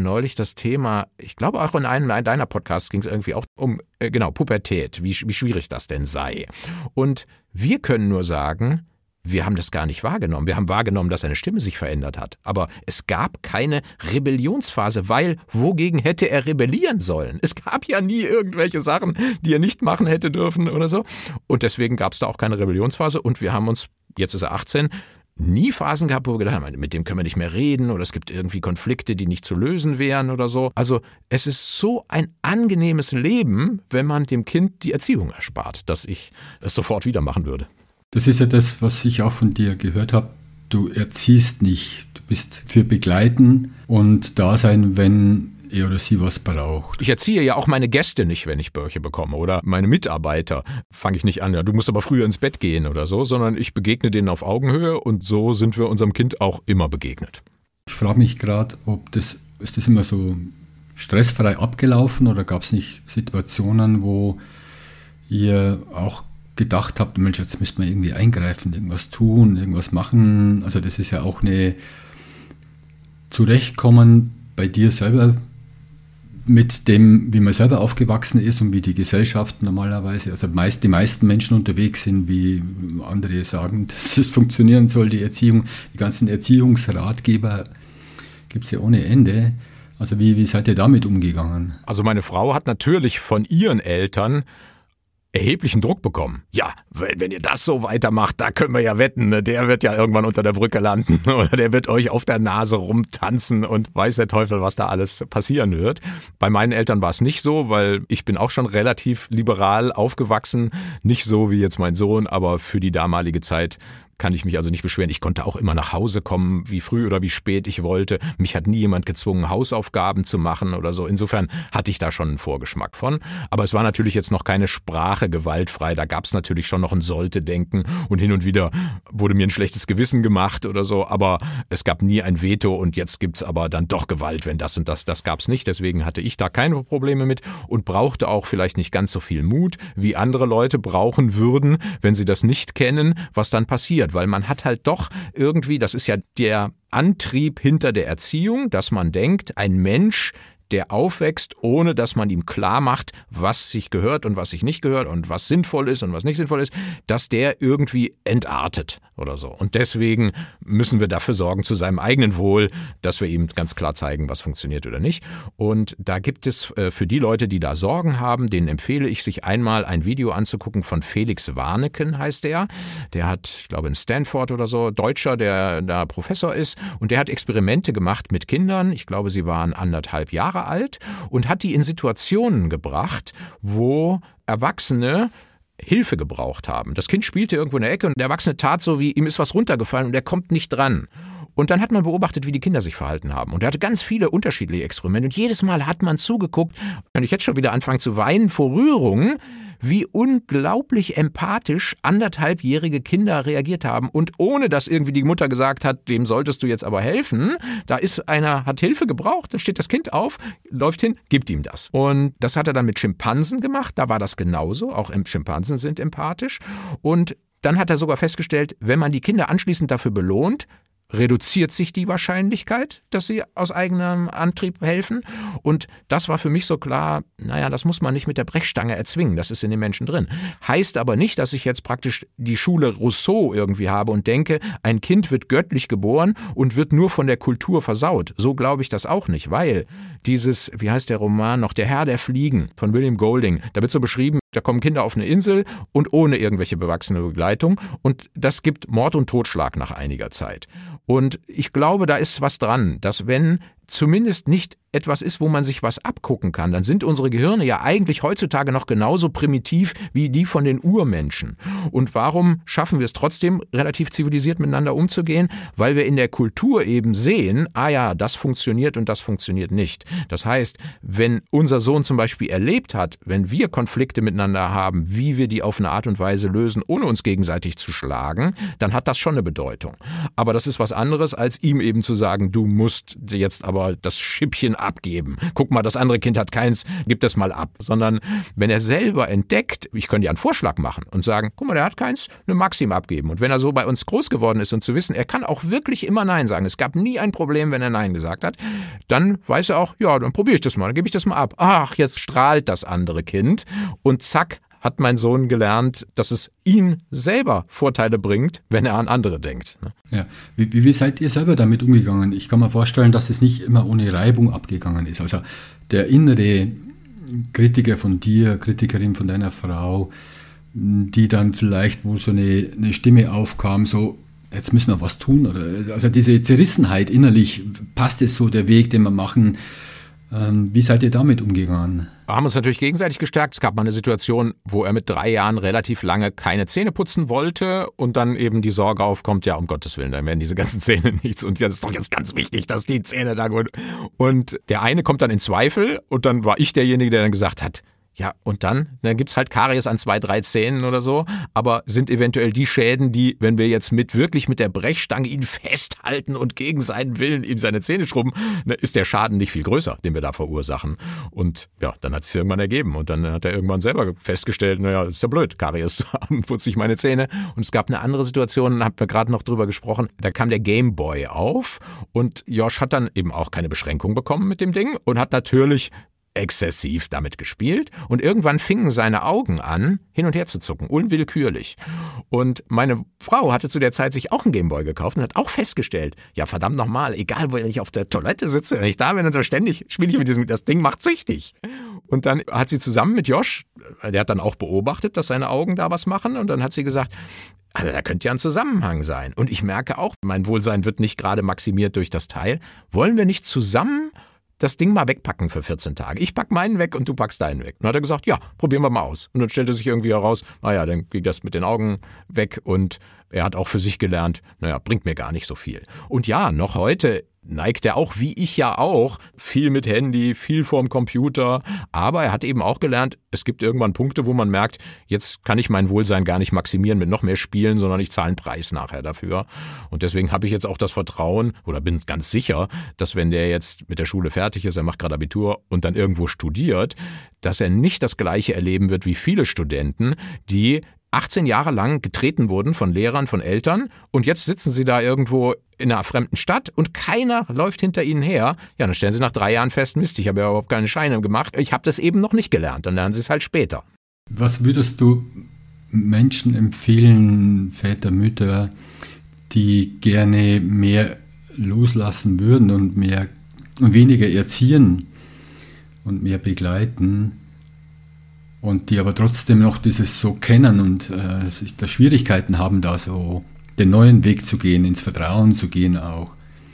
neulich das Thema, ich glaube auch in einem deiner Podcasts ging es irgendwie auch um, äh, genau, Pubertät, wie, wie schwierig das denn sei. Und wir können nur sagen, wir haben das gar nicht wahrgenommen. Wir haben wahrgenommen, dass seine Stimme sich verändert hat. Aber es gab keine Rebellionsphase, weil wogegen hätte er rebellieren sollen? Es gab ja nie irgendwelche Sachen, die er nicht machen hätte dürfen oder so. Und deswegen gab es da auch keine Rebellionsphase. Und wir haben uns, jetzt ist er achtzehn, nie Phasen gehabt, wo wir gedacht haben, mit dem können wir nicht mehr reden oder es gibt irgendwie Konflikte, die nicht zu lösen wären oder so. Also es ist so ein angenehmes Leben, wenn man dem Kind die Erziehung erspart, dass ich es sofort wieder machen würde. Das ist ja das, was ich auch von dir gehört habe. Du erziehst nicht. Du bist für Begleiten und da sein, wenn er oder sie was braucht. Ich erziehe ja auch meine Gäste nicht, wenn ich Börche bekomme. Oder meine Mitarbeiter fange ich nicht an, ja, du musst aber früher ins Bett gehen oder so, sondern ich begegne denen auf Augenhöhe und so sind wir unserem Kind auch immer begegnet. Ich frage mich gerade, ob das, ist das immer so stressfrei abgelaufen oder gab es nicht Situationen, wo ihr auch gedacht habt, Mensch, jetzt müssen wir irgendwie eingreifen, irgendwas tun, irgendwas machen. Also das ist ja auch eine Zurechtkommen bei dir selber mit dem, wie man selber aufgewachsen ist und wie die Gesellschaft normalerweise, also meist, die meisten Menschen unterwegs sind, wie andere sagen, dass es funktionieren soll, die Erziehung. Die ganzen Erziehungsratgeber gibt es ja ohne Ende. Also wie, wie seid ihr damit umgegangen? Also meine Frau hat natürlich von ihren Eltern erheblichen Druck bekommen. Ja, wenn, wenn ihr das so weitermacht, da können wir ja wetten, ne? Der wird ja irgendwann unter der Brücke landen oder der wird euch auf der Nase rumtanzen und weiß der Teufel, was da alles passieren wird. Bei meinen Eltern war es nicht so, weil ich bin auch schon relativ liberal aufgewachsen. Nicht so wie jetzt mein Sohn, aber für die damalige Zeit kann ich mich also nicht beschweren. Ich konnte auch immer nach Hause kommen, wie früh oder wie spät ich wollte. Mich hat nie jemand gezwungen, Hausaufgaben zu machen oder so. Insofern hatte ich da schon einen Vorgeschmack von. Aber es war natürlich jetzt noch keine Sprache gewaltfrei. Da gab es natürlich schon noch ein Sollte-Denken und hin und wieder wurde mir ein schlechtes Gewissen gemacht oder so. Aber es gab nie ein Veto und jetzt gibt es aber dann doch Gewalt, wenn das und das. Das gab es nicht. Deswegen hatte ich da keine Probleme mit und brauchte auch vielleicht nicht ganz so viel Mut, wie andere Leute brauchen würden, wenn sie das nicht kennen, was dann passiert. Weil man hat halt doch irgendwie, das ist ja der Antrieb hinter der Erziehung, dass man denkt, ein Mensch, der aufwächst, ohne dass man ihm klar macht, was sich gehört und was sich nicht gehört und was sinnvoll ist und was nicht sinnvoll ist, dass der irgendwie entartet oder so. Und deswegen müssen wir dafür sorgen, zu seinem eigenen Wohl, dass wir ihm ganz klar zeigen, was funktioniert oder nicht. Und da gibt es äh, für die Leute, die da Sorgen haben, denen empfehle ich, sich einmal ein Video anzugucken von Felix Warneken, heißt der. Der hat, ich glaube in Stanford oder so, Deutscher, der da Professor ist und der hat Experimente gemacht mit Kindern. Ich glaube, sie waren anderthalb Jahre alt und hat die in Situationen gebracht, wo Erwachsene Hilfe gebraucht haben. Das Kind spielte irgendwo in der Ecke und der Erwachsene tat so, wie ihm ist was runtergefallen und er kommt nicht dran. Und dann hat man beobachtet, wie die Kinder sich verhalten haben. Und er hatte ganz viele unterschiedliche Experimente. Und jedes Mal hat man zugeguckt, kann ich jetzt schon wieder anfangen zu weinen vor Rührung, wie unglaublich empathisch anderthalbjährige Kinder reagiert haben. Und ohne, dass irgendwie die Mutter gesagt hat, dem solltest du jetzt aber helfen, da ist einer, hat Hilfe gebraucht, dann steht das Kind auf, läuft hin, gibt ihm das. Und das hat er dann mit Schimpansen gemacht, da war das genauso, auch Schimpansen sind empathisch. Und dann hat er sogar festgestellt, wenn man die Kinder anschließend dafür belohnt, reduziert sich die Wahrscheinlichkeit, dass sie aus eigenem Antrieb helfen. Und das war für mich so klar, naja, das muss man nicht mit der Brechstange erzwingen, das ist in den Menschen drin. Heißt aber nicht, dass ich jetzt praktisch die Schule Rousseau irgendwie habe und denke, ein Kind wird göttlich geboren und wird nur von der Kultur versaut. So glaube ich das auch nicht, weil dieses, wie heißt der Roman noch, Der Herr der Fliegen von William Golding, da wird so beschrieben, da kommen Kinder auf eine Insel und ohne irgendwelche bewachsene Begleitung und das gibt Mord und Totschlag nach einiger Zeit. Und ich glaube, da ist was dran, dass wenn zumindest nicht etwas ist, wo man sich was abgucken kann, dann sind unsere Gehirne ja eigentlich heutzutage noch genauso primitiv wie die von den Urmenschen. Und warum schaffen wir es trotzdem, relativ zivilisiert miteinander umzugehen? Weil wir in der Kultur eben sehen, ah ja, das funktioniert und das funktioniert nicht. Das heißt, wenn unser Sohn zum Beispiel erlebt hat, wenn wir Konflikte miteinander haben, wie wir die auf eine Art und Weise lösen, ohne uns gegenseitig zu schlagen, dann hat das schon eine Bedeutung. Aber das ist was anderes, als ihm eben zu sagen, du musst jetzt aber aber das Schippchen abgeben. Guck mal, das andere Kind hat keins, gib das mal ab. Sondern wenn er selber entdeckt, ich könnte ja einen Vorschlag machen und sagen, guck mal, der hat keins, eine Maxim abgeben. Und wenn er so bei uns groß geworden ist und zu wissen, er kann auch wirklich immer Nein sagen, es gab nie ein Problem, wenn er Nein gesagt hat, dann weiß er auch, ja, dann probiere ich das mal, dann gebe ich das mal ab. Ach, jetzt strahlt das andere Kind und zack, hat mein Sohn gelernt, dass es ihm selber Vorteile bringt, wenn er an andere denkt. Ja, wie, wie seid ihr selber damit umgegangen? Ich kann mir vorstellen, dass es nicht immer ohne Reibung abgegangen ist. Also der innere Kritiker von dir, Kritikerin von deiner Frau, die dann vielleicht, wo so eine, eine Stimme aufkam, so, jetzt müssen wir was tun. Oder, also diese Zerrissenheit innerlich, passt es so der Weg, den wir machen? Wie seid ihr damit umgegangen? Wir haben uns natürlich gegenseitig gestärkt. Es gab mal eine Situation, wo er mit drei Jahren relativ lange keine Zähne putzen wollte und dann eben die Sorge aufkommt, ja, um Gottes Willen, dann werden diese ganzen Zähne nichts und das ist doch jetzt ganz wichtig, dass die Zähne da gut. Und der eine kommt dann in Zweifel und dann war ich derjenige, der dann gesagt hat, ja, und dann? Dann gibt's halt Karies an zwei, drei Zähnen oder so, aber sind eventuell die Schäden, die, wenn wir jetzt mit wirklich mit der Brechstange ihn festhalten und gegen seinen Willen ihm seine Zähne schrubben, dann ist der Schaden nicht viel größer, den wir da verursachen. Und ja, dann hat es irgendwann ergeben und dann hat er irgendwann selber festgestellt, naja, ist ja blöd, Karies zu haben, putze ich meine Zähne. Und es gab eine andere Situation, da haben wir gerade noch drüber gesprochen, da kam der Game Boy auf und Josh hat dann eben auch keine Beschränkung bekommen mit dem Ding und hat natürlich exzessiv damit gespielt und irgendwann fingen seine Augen an, hin und her zu zucken, unwillkürlich. Und meine Frau hatte zu der Zeit sich auch einen Gameboy gekauft und hat auch festgestellt, ja verdammt nochmal, egal wo ich auf der Toilette sitze, wenn ich da bin und so ständig spiele ich mit diesem, das Ding macht süchtig. Und dann hat sie zusammen mit Josh, der hat dann auch beobachtet, dass seine Augen da was machen und dann hat sie gesagt, also da könnte ja ein Zusammenhang sein. Und ich merke auch, mein Wohlsein wird nicht gerade maximiert durch das Teil. Wollen wir nicht zusammen das Ding mal wegpacken für vierzehn Tage. Ich pack meinen weg und du packst deinen weg. Und dann hat er gesagt, ja, probieren wir mal aus. Und dann stellte sich irgendwie heraus, naja, dann ging das mit den Augen weg und er hat auch für sich gelernt, naja, bringt mir gar nicht so viel. Und ja, noch heute neigt er auch, wie ich ja auch, viel mit Handy, viel vorm Computer. Aber er hat eben auch gelernt, es gibt irgendwann Punkte, wo man merkt, jetzt kann ich mein Wohlsein gar nicht maximieren mit noch mehr Spielen, sondern ich zahle einen Preis nachher dafür. Und deswegen habe ich jetzt auch das Vertrauen oder bin ganz sicher, dass wenn der jetzt mit der Schule fertig ist, er macht gerade Abitur und dann irgendwo studiert, dass er nicht das Gleiche erleben wird wie viele Studenten, die achtzehn Jahre lang getreten wurden von Lehrern, von Eltern und jetzt sitzen sie da irgendwo in einer fremden Stadt und keiner läuft hinter ihnen her. Ja, dann stellen sie nach drei Jahren fest, Mist, ich habe ja überhaupt keine Scheine gemacht. Ich habe das eben noch nicht gelernt, dann lernen sie es halt später. Was würdest du Menschen empfehlen, Väter, Mütter, die gerne mehr loslassen würden und mehr und weniger erziehen und mehr begleiten? Und die aber trotzdem noch dieses so kennen und äh, sich da Schwierigkeiten haben, da so den neuen Weg zu gehen, ins Vertrauen zu gehen auch.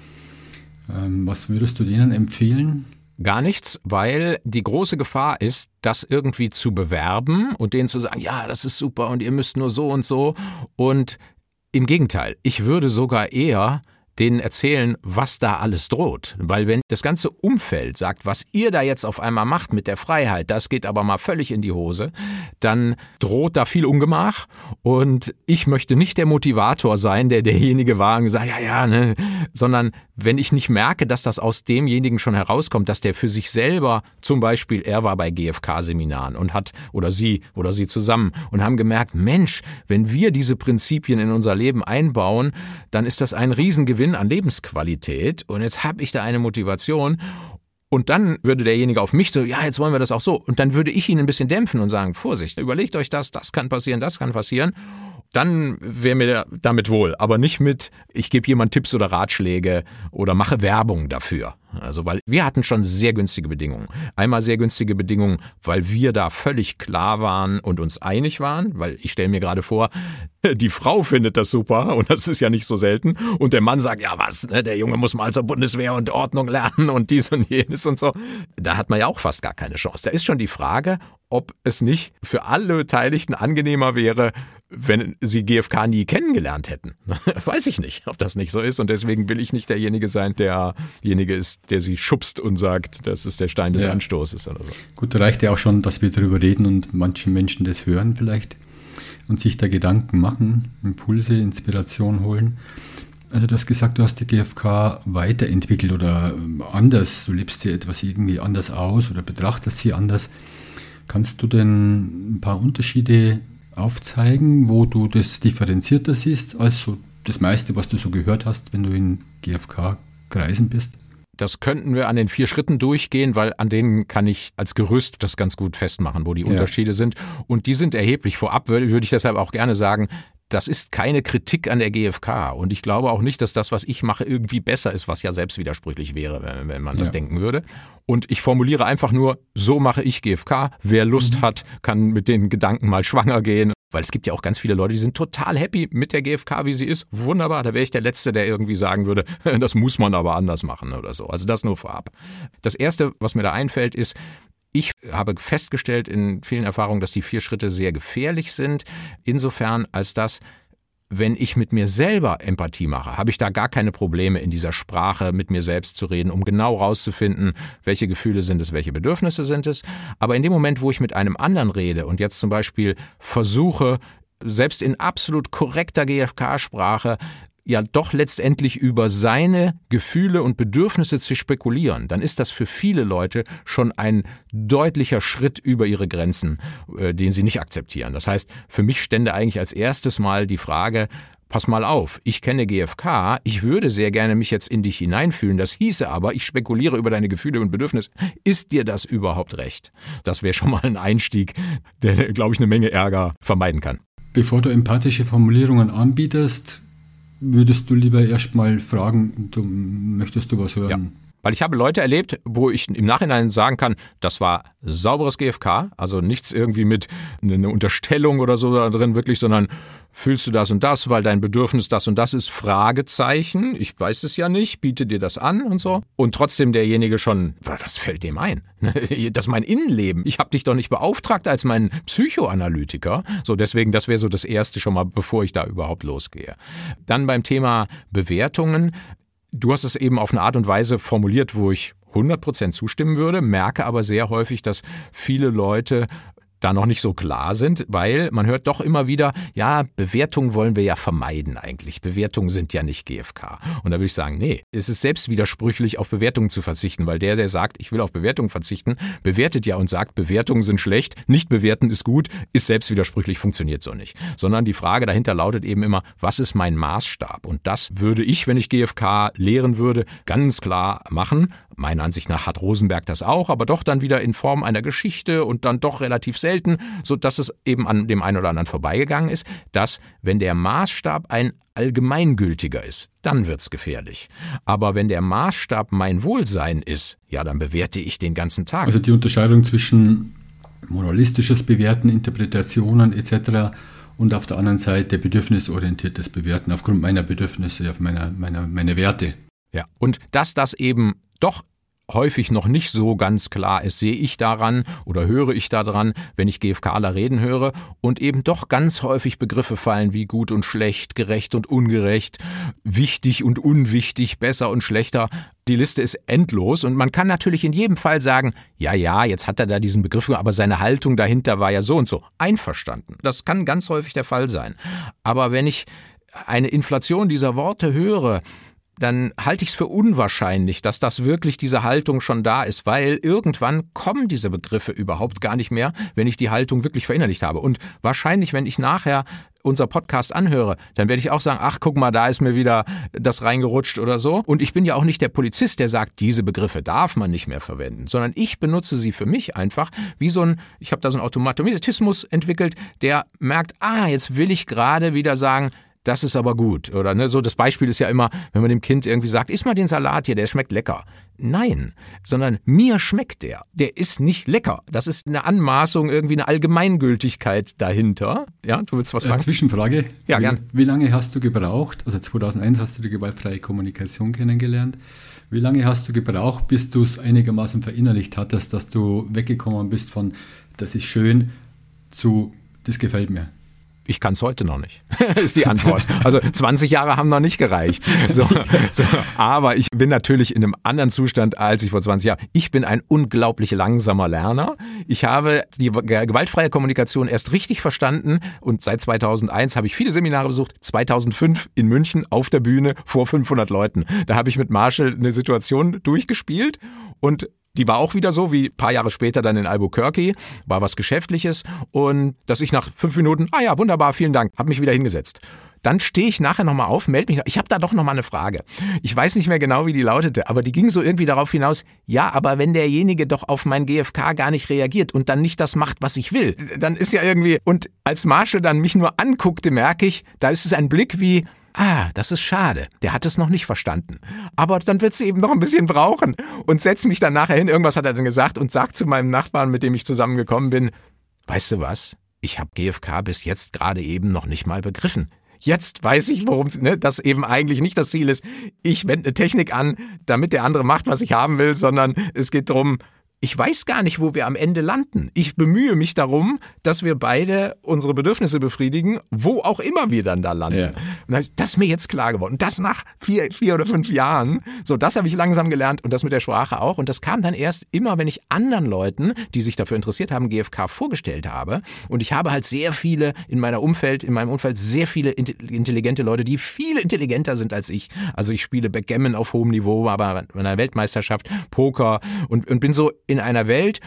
Ähm, was würdest du denen empfehlen? Gar nichts, weil die große Gefahr ist, das irgendwie zu bewerben und denen zu sagen, ja, das ist super und ihr müsst nur so und so. Und im Gegenteil, ich würde sogar eher denen erzählen, was da alles droht. Weil wenn das ganze Umfeld sagt, was ihr da jetzt auf einmal macht mit der Freiheit, das geht aber mal völlig in die Hose, dann droht da viel Ungemach und ich möchte nicht der Motivator sein, der derjenige war und sagt, ja, ja, ne, sondern wenn ich nicht merke, dass das aus demjenigen schon herauskommt, dass der für sich selber, zum Beispiel, er war bei G F K-Seminaren und hat, oder sie, oder sie zusammen und haben gemerkt, Mensch, wenn wir diese Prinzipien in unser Leben einbauen, dann ist das ein Riesengewinn an Lebensqualität und jetzt habe ich da eine Motivation und dann würde derjenige auf mich so, ja, jetzt wollen wir das auch so und dann würde ich ihn ein bisschen dämpfen und sagen, Vorsicht, überlegt euch das, das kann passieren, das kann passieren. Dann wäre mir damit wohl, aber nicht mit, ich gebe jemand Tipps oder Ratschläge oder mache Werbung dafür. Also weil wir hatten schon sehr günstige Bedingungen. Einmal sehr günstige Bedingungen, weil wir da völlig klar waren und uns einig waren, weil ich stelle mir gerade vor, die Frau findet das super und das ist ja nicht so selten und der Mann sagt, ja was, ne, der Junge muss mal zur Bundeswehr und Ordnung lernen und dies und jenes und so. Da hat man ja auch fast gar keine Chance. Da ist schon die Frage, ob es nicht für alle Beteiligten angenehmer wäre, wenn sie G F K nie kennengelernt hätten. Weiß ich nicht, ob das nicht so ist und deswegen will ich nicht derjenige sein, derjenige ist, der sie schubst und sagt, das ist der Stein des ja. Anstoßes oder so. Gut, da reicht ja auch schon, dass wir darüber reden und manche Menschen das hören vielleicht und sich da Gedanken machen, Impulse, Inspiration holen. Also du hast gesagt, du hast die G F K weiterentwickelt oder anders, du lebst sie etwas irgendwie anders aus oder betrachtest sie anders. Kannst du denn ein paar Unterschiede aufzeigen, wo du das differenzierter siehst, als so das meiste, was du so gehört hast, wenn du in G F K-Kreisen bist? Das könnten wir an den vier Schritten durchgehen, weil an denen kann ich als Gerüst das ganz gut festmachen, wo die ja. Unterschiede sind. Und die sind erheblich. Vorab würde, würde ich deshalb auch gerne sagen, das ist keine Kritik an der G F K. Und ich glaube auch nicht, dass das, was ich mache, irgendwie besser ist, was ja selbst widersprüchlich wäre, wenn, wenn man ja. das denken würde. Und ich formuliere einfach nur, so mache ich G F K. Wer Lust mhm. hat, kann mit den Gedanken mal schwanger gehen. Weil es gibt ja auch ganz viele Leute, die sind total happy mit der G F K, wie sie ist. Wunderbar, da wäre ich der Letzte, der irgendwie sagen würde, das muss man aber anders machen oder so. Also das nur vorab. Das Erste, was mir da einfällt, ist, ich habe festgestellt in vielen Erfahrungen, dass die vier Schritte sehr gefährlich sind. Insofern, als dass, wenn ich mit mir selber Empathie mache, habe ich da gar keine Probleme, in dieser Sprache mit mir selbst zu reden, um genau rauszufinden, welche Gefühle sind es, welche Bedürfnisse sind es. Aber in dem Moment, wo ich mit einem anderen rede und jetzt zum Beispiel versuche, selbst in absolut korrekter G F K-Sprache, ja doch letztendlich über seine Gefühle und Bedürfnisse zu spekulieren, dann ist das für viele Leute schon ein deutlicher Schritt über ihre Grenzen, äh, den sie nicht akzeptieren. Das heißt, für mich stände eigentlich als erstes Mal die Frage, pass mal auf, ich kenne G F K, ich würde sehr gerne mich jetzt in dich hineinfühlen, das hieße aber, ich spekuliere über deine Gefühle und Bedürfnisse. Ist dir das überhaupt recht? Das wäre schon mal ein Einstieg, der, glaube ich, eine Menge Ärger vermeiden kann. Bevor du empathische Formulierungen anbietest, würdest du lieber erstmal fragen, du, möchtest du was hören? Ja. Weil ich habe Leute erlebt, wo ich im Nachhinein sagen kann, das war sauberes G F K, also nichts irgendwie mit einer Unterstellung oder so da drin wirklich, sondern fühlst du das und das, weil dein Bedürfnis das und das ist, Fragezeichen, ich weiß es ja nicht, biete dir das an und so. Und trotzdem derjenige schon, was fällt dem ein? Das ist mein Innenleben. Ich habe dich doch nicht beauftragt als mein Psychoanalytiker. So, deswegen, das wäre so das Erste schon mal, bevor ich da überhaupt losgehe. Dann beim Thema Bewertungen. Du hast es eben auf eine Art und Weise formuliert, wo ich hundert Prozent zustimmen würde, merke aber sehr häufig, dass viele Leute da noch nicht so klar sind, weil man hört doch immer wieder, ja, Bewertungen wollen wir ja vermeiden eigentlich. Bewertungen sind ja nicht G F K. Und da würde ich sagen, nee, es ist selbst widersprüchlich, auf Bewertungen zu verzichten, weil der, der sagt, ich will auf Bewertungen verzichten, bewertet ja und sagt, Bewertungen sind schlecht, nicht bewerten ist gut, ist selbst widersprüchlich, funktioniert so nicht. Sondern die Frage dahinter lautet eben immer, was ist mein Maßstab? Und das würde ich, wenn ich G F K lehren würde, ganz klar machen. Meiner Ansicht nach hat Rosenberg das auch, aber doch dann wieder in Form einer Geschichte und dann doch relativ selten, sodass es eben an dem einen oder anderen vorbeigegangen ist, dass, wenn der Maßstab ein allgemeingültiger ist, dann wird's gefährlich. Aber wenn der Maßstab mein Wohlsein ist, ja, dann bewerte ich den ganzen Tag. Also die Unterscheidung zwischen moralistisches Bewerten, Interpretationen et cetera und auf der anderen Seite bedürfnisorientiertes Bewerten aufgrund meiner Bedürfnisse, auf meiner, meiner, meine Werte. Ja, und dass das eben doch häufig noch nicht so ganz klar ist, sehe ich daran oder höre ich daran, wenn ich GFKler reden höre und eben doch ganz häufig Begriffe fallen wie gut und schlecht, gerecht und ungerecht, wichtig und unwichtig, besser und schlechter. Die Liste ist endlos und man kann natürlich in jedem Fall sagen, ja, ja, jetzt hat er da diesen Begriff, aber seine Haltung dahinter war ja so und so. Einverstanden. Das kann ganz häufig der Fall sein. Aber wenn ich eine Inflation dieser Worte höre, dann halte ich es für unwahrscheinlich, dass das wirklich diese Haltung schon da ist, weil irgendwann kommen diese Begriffe überhaupt gar nicht mehr, wenn ich die Haltung wirklich verinnerlicht habe. Und wahrscheinlich, wenn ich nachher unser Podcast anhöre, dann werde ich auch sagen, ach, guck mal, da ist mir wieder das reingerutscht oder so. Und ich bin ja auch nicht der Polizist, der sagt, diese Begriffe darf man nicht mehr verwenden, sondern ich benutze sie für mich einfach wie so ein, ich habe da so einen Automatismus entwickelt, der merkt, ah, jetzt will ich gerade wieder sagen, das ist aber gut, oder ne? So, das Beispiel ist ja immer, wenn man dem Kind irgendwie sagt, iss mal den Salat hier, der schmeckt lecker. Nein, sondern mir schmeckt der. Der ist nicht lecker. Das ist eine Anmaßung, irgendwie eine Allgemeingültigkeit dahinter. Ja, du willst was fragen? Äh, Zwischenfrage. Ja, wie, gern. Wie lange hast du gebraucht, also zweitausendeins hast du die gewaltfreie Kommunikation kennengelernt. Wie lange hast du gebraucht, bis du es einigermaßen verinnerlicht hattest, dass du weggekommen bist von, das ist schön, zu, das gefällt mir? Ich kann es heute noch nicht, ist die Antwort. Also zwanzig Jahre haben noch nicht gereicht. So, so. Aber ich bin natürlich in einem anderen Zustand als ich vor zwanzig Jahren. Ich bin ein unglaublich langsamer Lerner. Ich habe die gewaltfreie Kommunikation erst richtig verstanden und seit zweitausendeins habe ich viele Seminare besucht. zweitausendfünf in München auf der Bühne vor fünfhundert Leuten. Da habe ich mit Marshall eine Situation durchgespielt und die war auch wieder so wie ein paar Jahre später dann in Albuquerque, war was Geschäftliches und dass ich nach fünf Minuten, ah ja, wunderbar, vielen Dank, habe mich wieder hingesetzt. Dann stehe ich nachher nochmal auf, melde mich, ich habe da doch nochmal eine Frage. Ich weiß nicht mehr genau, wie die lautete, aber die ging so irgendwie darauf hinaus, ja, aber wenn derjenige doch auf mein G F K gar nicht reagiert und dann nicht das macht, was ich will, dann ist ja irgendwie, und als Marshall dann mich nur anguckte, merke ich, da ist es ein Blick wie, ah, das ist schade, der hat es noch nicht verstanden. Aber dann wird sie eben noch ein bisschen brauchen und setze mich dann nachher hin, irgendwas hat er dann gesagt und sagt zu meinem Nachbarn, mit dem ich zusammengekommen bin, weißt du was, ich habe G F K bis jetzt gerade eben noch nicht mal begriffen. Jetzt weiß ich, worum es, ne, das eben eigentlich nicht das Ziel ist, ich wende eine Technik an, damit der andere macht, was ich haben will, sondern es geht darum, ich weiß gar nicht, wo wir am Ende landen. Ich bemühe mich darum, dass wir beide unsere Bedürfnisse befriedigen, wo auch immer wir dann da landen. Ja. Und das ist mir jetzt klar geworden. Und das nach vier, vier oder fünf Jahren. So, das habe ich langsam gelernt und das mit der Sprache auch. Und das kam dann erst immer, wenn ich anderen Leuten, die sich dafür interessiert haben, G F K vorgestellt habe. Und ich habe halt sehr viele in meiner Umfeld, in meinem Umfeld sehr viele intelligente Leute, die viel intelligenter sind als ich. Also ich spiele Backgammon auf hohem Niveau, aber bei einer Weltmeisterschaft, Poker und, und bin so in einer Welt,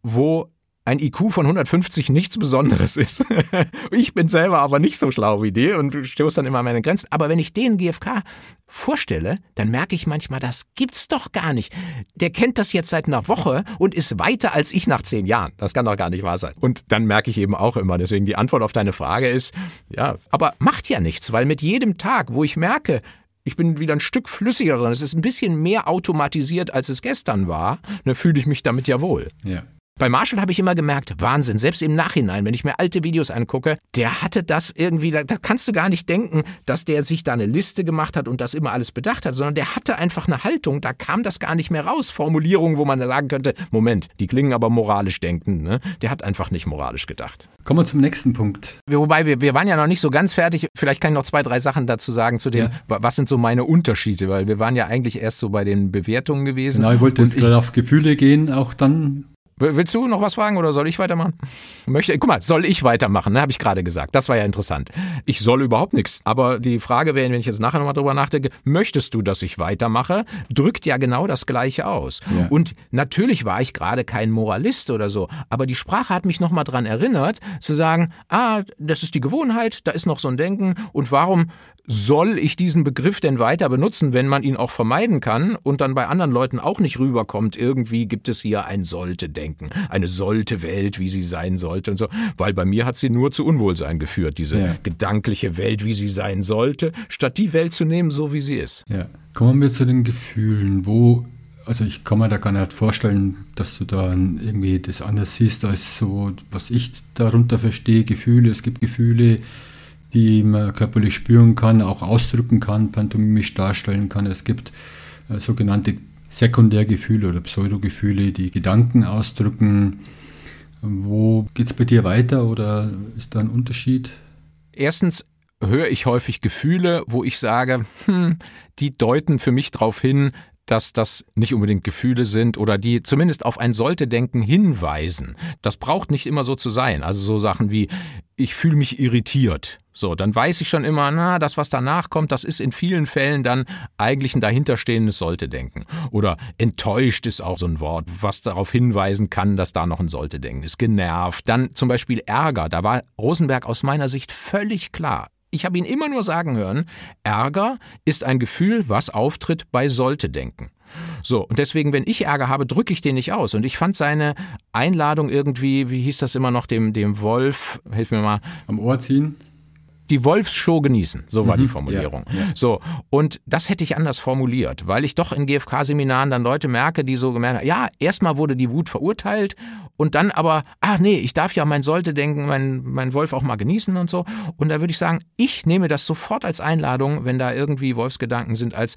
wo ein I Q von hundertfünfzig nichts Besonderes ist. Ich bin selber aber nicht so schlau wie die und stoße dann immer an meine Grenzen. Aber wenn ich den G F K vorstelle, dann merke ich manchmal, das gibt's doch gar nicht. Der kennt das jetzt seit einer Woche und ist weiter als ich nach zehn Jahren. Das kann doch gar nicht wahr sein. Und dann merke ich eben auch immer, deswegen die Antwort auf deine Frage ist, ja, aber macht ja nichts, weil mit jedem Tag, wo ich merke, ich bin wieder ein Stück flüssiger drin. Es ist ein bisschen mehr automatisiert, als es gestern war. Dann fühle ich mich damit ja wohl. Ja. Bei Marshall habe ich immer gemerkt, Wahnsinn, selbst im Nachhinein, wenn ich mir alte Videos angucke, der hatte das irgendwie, da kannst du gar nicht denken, dass der sich da eine Liste gemacht hat und das immer alles bedacht hat, sondern der hatte einfach eine Haltung, da kam das gar nicht mehr raus. Formulierungen, wo man sagen könnte, Moment, die klingen aber moralisch denkend, ne? Der hat einfach nicht moralisch gedacht. Kommen wir zum nächsten Punkt. Wobei, wir, wir waren ja noch nicht so ganz fertig, vielleicht kann ich noch zwei, drei Sachen dazu sagen, zu dem, ja. Was sind so meine Unterschiede, weil wir waren ja eigentlich erst so bei den Bewertungen gewesen. Genau, ich wollte jetzt gerade auf Gefühle gehen, auch dann. Willst du noch was fragen oder soll ich weitermachen? Möchte, guck mal, soll ich weitermachen, ne, habe ich gerade gesagt. Das war ja interessant. Ich soll überhaupt nichts. Aber die Frage wäre, wenn ich jetzt nachher nochmal drüber nachdenke, möchtest du, dass ich weitermache? Drückt ja genau das Gleiche aus. Ja. Und natürlich war ich gerade kein Moralist oder so, aber die Sprache hat mich nochmal dran erinnert, zu sagen, ah, das ist die Gewohnheit, da ist noch so ein Denken und warum soll ich diesen Begriff denn weiter benutzen, wenn man ihn auch vermeiden kann und dann bei anderen Leuten auch nicht rüberkommt, irgendwie gibt es hier ein Sollte-Denken, eine Sollte-Welt, wie sie sein sollte und so, weil bei mir hat sie nur zu Unwohlsein geführt, diese ja. gedankliche Welt, wie sie sein sollte, statt die Welt zu nehmen, so wie sie ist. Ja. Kommen wir zu den Gefühlen, wo, also ich kann mir da gar nicht vorstellen, dass du da irgendwie das anders siehst, als so, was ich darunter verstehe, Gefühle, es gibt Gefühle, die man körperlich spüren kann, auch ausdrücken kann, pantomimisch darstellen kann. Es gibt äh, sogenannte Sekundärgefühle oder Pseudogefühle, die Gedanken ausdrücken. Wo geht es bei dir weiter oder ist da ein Unterschied? Erstens höre ich häufig Gefühle, wo ich sage, hm, die deuten für mich darauf hin, dass das nicht unbedingt Gefühle sind oder die zumindest auf ein Sollte-Denken hinweisen. Das braucht nicht immer so zu sein. Also so Sachen wie, ich fühle mich irritiert. So, dann weiß ich schon immer, na, das, was danach kommt, das ist in vielen Fällen dann eigentlich ein dahinterstehendes Sollte-Denken. Oder enttäuscht ist auch so ein Wort, was darauf hinweisen kann, dass da noch ein Sollte-Denken ist. Genervt. Dann zum Beispiel Ärger. Da war Rosenberg aus meiner Sicht völlig klar. Ich habe ihn immer nur sagen hören, Ärger ist ein Gefühl, was auftritt bei Sollte-Denken. So, und deswegen, wenn ich Ärger habe, drücke ich den nicht aus. Und ich fand seine Einladung irgendwie, wie hieß das immer noch, dem, dem Wolf, hilf mir mal. Am Ohr ziehen? Die Wolfsshow genießen, so war mhm, die Formulierung. Ja, ja. So, und das hätte ich anders formuliert, weil ich doch in G F K-Seminaren dann Leute merke, die so gemerkt haben, ja, erstmal wurde die Wut verurteilt und dann aber, ach nee, ich darf ja mein Sollte-Denken, mein, mein Wolf auch mal genießen und so. Und da würde ich sagen, ich nehme das sofort als Einladung, wenn da irgendwie Wolfsgedanken sind, als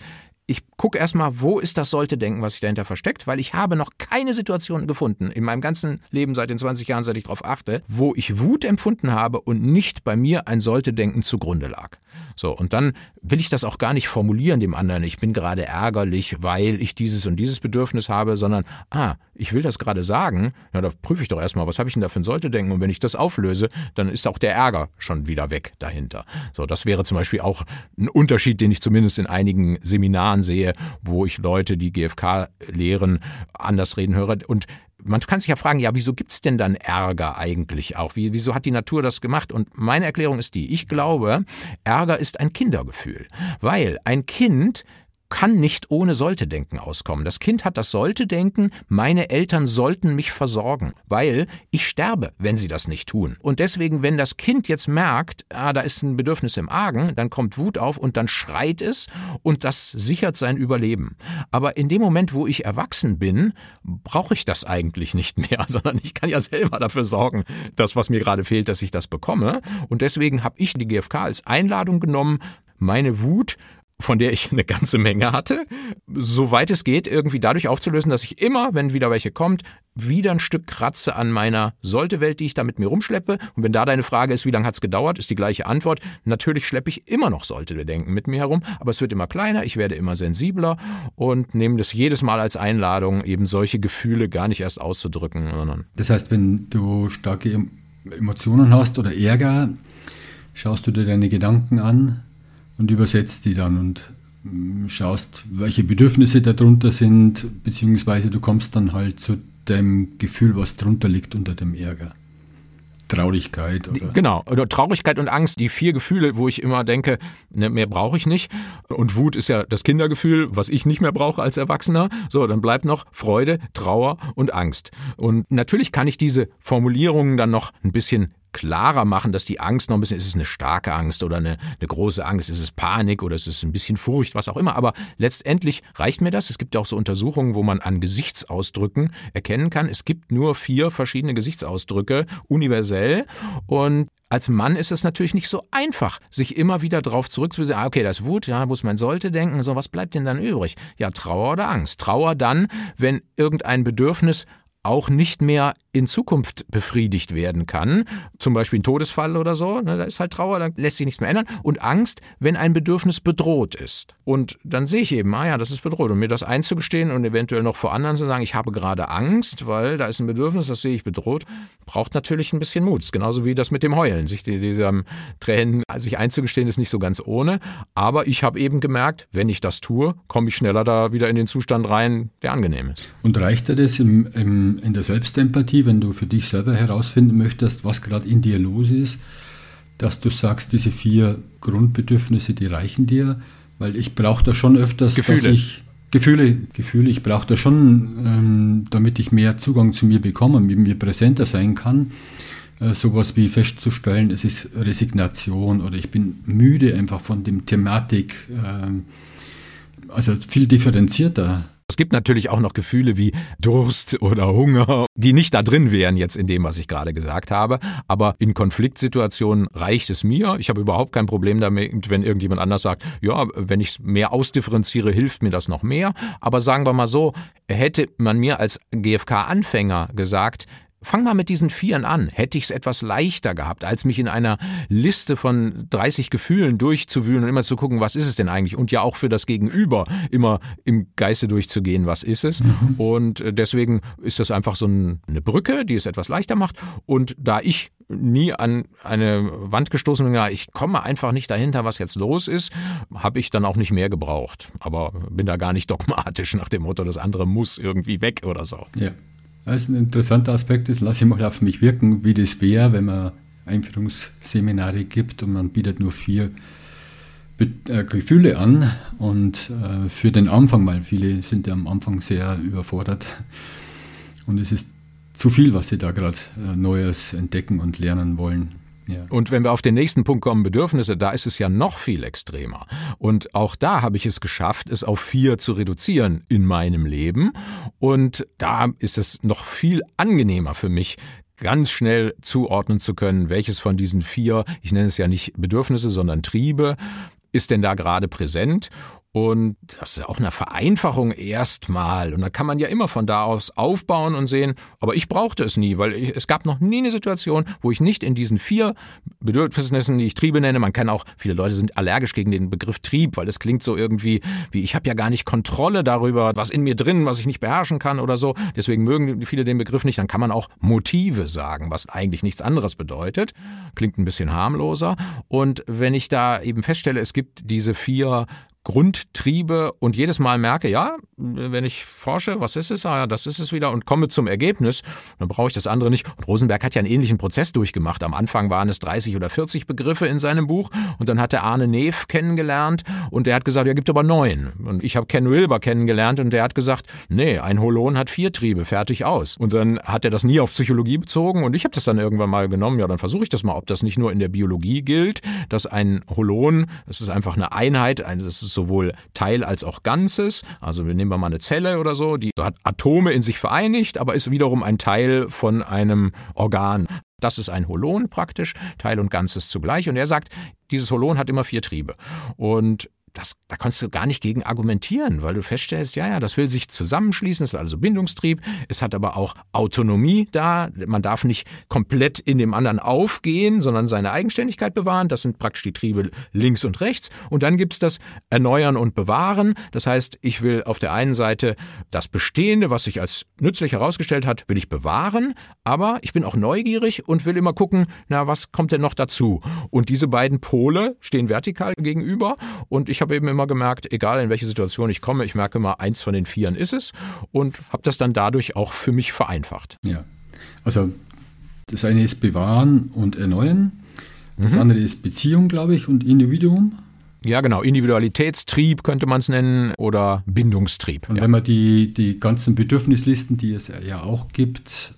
ich gucke erstmal, wo ist das Sollte-Denken, was sich dahinter versteckt, weil ich habe noch keine Situation gefunden in meinem ganzen Leben seit den zwanzig Jahren, seit ich darauf achte, wo ich Wut empfunden habe und nicht bei mir ein Sollte-Denken zugrunde lag. So, und dann will ich das auch gar nicht formulieren dem anderen, ich bin gerade ärgerlich, weil ich dieses und dieses Bedürfnis habe, sondern, ah, ich will das gerade sagen, ja, da prüfe ich doch erstmal, was habe ich denn da für ein Sollte-Denken, und wenn ich das auflöse, dann ist auch der Ärger schon wieder weg dahinter. So, das wäre zum Beispiel auch ein Unterschied, den ich zumindest in einigen Seminaren sehe, wo ich Leute, die G F K lehren, anders reden höre. Und man kann sich ja fragen, ja, wieso gibt es denn dann Ärger eigentlich auch? Wie, wieso hat die Natur das gemacht? Und meine Erklärung ist die, ich glaube, Ärger ist ein Kindergefühl, weil ein Kind kann nicht ohne Sollte-Denken auskommen. Das Kind hat das Sollte-Denken, meine Eltern sollten mich versorgen, weil ich sterbe, wenn sie das nicht tun. Und deswegen, wenn das Kind jetzt merkt, ah, da ist ein Bedürfnis im Argen, dann kommt Wut auf und dann schreit es und das sichert sein Überleben. Aber in dem Moment, wo ich erwachsen bin, brauche ich das eigentlich nicht mehr, sondern ich kann ja selber dafür sorgen, dass was mir gerade fehlt, dass ich das bekomme. Und deswegen habe ich die G F K als Einladung genommen, meine Wut, von der ich eine ganze Menge hatte, soweit es geht, irgendwie dadurch aufzulösen, dass ich immer, wenn wieder welche kommt, wieder ein Stück kratze an meiner Sollte-Welt, die ich da mit mir rumschleppe. Und wenn da deine Frage ist, wie lange hat es gedauert, ist die gleiche Antwort. Natürlich schleppe ich immer noch Sollte-Denken mit mir herum, aber es wird immer kleiner, ich werde immer sensibler und nehme das jedes Mal als Einladung, eben solche Gefühle gar nicht erst auszudrücken. Sondern das heißt, wenn du starke Emotionen hast oder Ärger, schaust du dir deine Gedanken an und übersetzt die dann und schaust, welche Bedürfnisse darunter sind, beziehungsweise du kommst dann halt zu dem Gefühl, was drunter liegt unter dem Ärger. Traurigkeit. Oder? Genau, oder Traurigkeit und Angst, die vier Gefühle, wo ich immer denke, ne, mehr brauche ich nicht. Und Wut ist ja das Kindergefühl, was ich nicht mehr brauche als Erwachsener. So, dann bleibt noch Freude, Trauer und Angst. Und natürlich kann ich diese Formulierungen dann noch ein bisschen klarer machen, dass die Angst noch ein bisschen, ist es eine starke Angst oder eine, eine große Angst, ist es Panik oder ist es ein bisschen Furcht, was auch immer. Aber letztendlich reicht mir das. Es gibt ja auch so Untersuchungen, wo man an Gesichtsausdrücken erkennen kann, es gibt nur vier verschiedene Gesichtsausdrücke, universell. Und als Mann ist es natürlich nicht so einfach, sich immer wieder drauf zurückzusetzen, ah, okay, das ist Wut, ja, muss man sollte denken, so, was bleibt denn dann übrig? Ja, Trauer oder Angst. Trauer dann, wenn irgendein Bedürfnis auch nicht mehr in Zukunft befriedigt werden kann, zum Beispiel ein Todesfall oder so, ne, da ist halt Trauer, dann lässt sich nichts mehr ändern. Und Angst, wenn ein Bedürfnis bedroht ist. Und dann sehe ich eben, ah ja, das ist bedroht. Und mir das einzugestehen und eventuell noch vor anderen zu sagen, ich habe gerade Angst, weil da ist ein Bedürfnis, das sehe ich bedroht, braucht natürlich ein bisschen Mut. Genauso wie das mit dem Heulen. Sich die, diesem Tränen sich einzugestehen, ist nicht so ganz ohne. Aber ich habe eben gemerkt, wenn ich das tue, komme ich schneller da wieder in den Zustand rein, der angenehm ist. Und reicht dir das im, im in der Selbstempathie, wenn du für dich selber herausfinden möchtest, was gerade in dir los ist, dass du sagst, diese vier Grundbedürfnisse, die reichen dir? Weil ich brauche da schon öfters, Gefühle. dass ich Gefühle, Gefühle, ich brauche da schon, ähm, damit ich mehr Zugang zu mir bekomme, mit mir präsenter sein kann, äh, sowas wie festzustellen, es ist Resignation oder ich bin müde einfach von dem Thematik, äh, also viel differenzierter. Es gibt natürlich auch noch Gefühle wie Durst oder Hunger, die nicht da drin wären jetzt in dem, was ich gerade gesagt habe. Aber in Konfliktsituationen reicht es mir. Ich habe überhaupt kein Problem damit, wenn irgendjemand anders sagt, ja, wenn ich es mehr ausdifferenziere, hilft mir das noch mehr. Aber sagen wir mal so, hätte man mir als G F K-Anfänger gesagt, fang mal mit diesen Vieren an. Hätte ich es etwas leichter gehabt, als mich in einer Liste von dreißig Gefühlen durchzuwühlen und immer zu gucken, was ist es denn eigentlich? Und ja auch für das Gegenüber immer im Geiste durchzugehen, was ist es? Mhm. Und deswegen ist das einfach so eine Brücke, die es etwas leichter macht. Und da ich nie an eine Wand gestoßen bin, ja, ich komme einfach nicht dahinter, was jetzt los ist, habe ich dann auch nicht mehr gebraucht. Aber bin da gar nicht dogmatisch nach dem Motto, das andere muss irgendwie weg oder so. Ja. Das ist ein interessanter Aspekt, das lasse ich mal auf mich wirken, wie das wäre, wenn man Einführungsseminare gibt und man bietet nur vier Be- äh, Gefühle an und äh, für den Anfang, weil viele sind ja am Anfang sehr überfordert und es ist zu viel, was sie da gerade äh, Neues entdecken und lernen wollen. Ja. Und wenn wir auf den nächsten Punkt kommen, Bedürfnisse, da ist es ja noch viel extremer. Und auch da habe ich es geschafft, es auf vier zu reduzieren in meinem Leben. Und da ist es noch viel angenehmer für mich, ganz schnell zuordnen zu können, welches von diesen vier, ich nenne es ja nicht Bedürfnisse, sondern Triebe, ist denn da gerade präsent. Und das ist auch eine Vereinfachung erstmal. Und da kann man ja immer von da aus aufbauen und sehen, aber ich brauchte es nie, weil ich, es gab noch nie eine Situation, wo ich nicht in diesen vier Bedürfnissen, die ich Triebe nenne, man kann auch, viele Leute sind allergisch gegen den Begriff Trieb, weil es klingt so irgendwie wie, ich habe ja gar nicht Kontrolle darüber, was in mir drin, was ich nicht beherrschen kann oder so. Deswegen mögen viele den Begriff nicht. Dann kann man auch Motive sagen, was eigentlich nichts anderes bedeutet. Klingt ein bisschen harmloser. Und wenn ich da eben feststelle, es gibt diese vier Grundtriebe und jedes Mal merke, ja, wenn ich forsche, was ist es? Ah, das ist es wieder und komme zum Ergebnis, dann brauche ich das andere nicht. Und Rosenberg hat ja einen ähnlichen Prozess durchgemacht. Am Anfang waren es dreißig oder vierzig Begriffe in seinem Buch und dann hat er Arne Neef kennengelernt und der hat gesagt, ja, gibt aber neun. Und ich habe Ken Wilber kennengelernt und der hat gesagt, nee, ein Holon hat vier Triebe, fertig aus. Und dann hat er das nie auf Psychologie bezogen und ich habe das dann irgendwann mal genommen, ja, dann versuche ich das mal, ob das nicht nur in der Biologie gilt, dass ein Holon, das ist einfach eine Einheit, das ist sowohl Teil als auch Ganzes. Also wir nehmen mal eine Zelle oder so, die hat Atome in sich vereinigt, aber ist wiederum ein Teil von einem Organ. Das ist ein Holon praktisch, Teil und Ganzes zugleich. Und er sagt, dieses Holon hat immer vier Triebe. Und Das, da kannst du gar nicht gegen argumentieren, weil du feststellst, ja, ja, das will sich zusammenschließen, es hat also Bindungstrieb, es hat aber auch Autonomie da, man darf nicht komplett in dem anderen aufgehen, sondern seine Eigenständigkeit bewahren, das sind praktisch die Triebe links und rechts und dann gibt es das Erneuern und Bewahren, das heißt, ich will auf der einen Seite das Bestehende, was sich als nützlich herausgestellt hat, will ich bewahren, aber ich bin auch neugierig und will immer gucken, na, was kommt denn noch dazu? Und diese beiden Pole stehen vertikal gegenüber und ich Ich habe eben immer gemerkt, egal in welche Situation ich komme, ich merke immer, eins von den Vieren ist es und habe das dann dadurch auch für mich vereinfacht. Ja, also das eine ist Bewahren und Erneuern, das mhm. andere ist Beziehung, glaube ich, und Individuum. Ja, genau, Individualitätstrieb könnte man es nennen oder Bindungstrieb. Und ja. wenn man die, die ganzen Bedürfnislisten, die es ja auch gibt,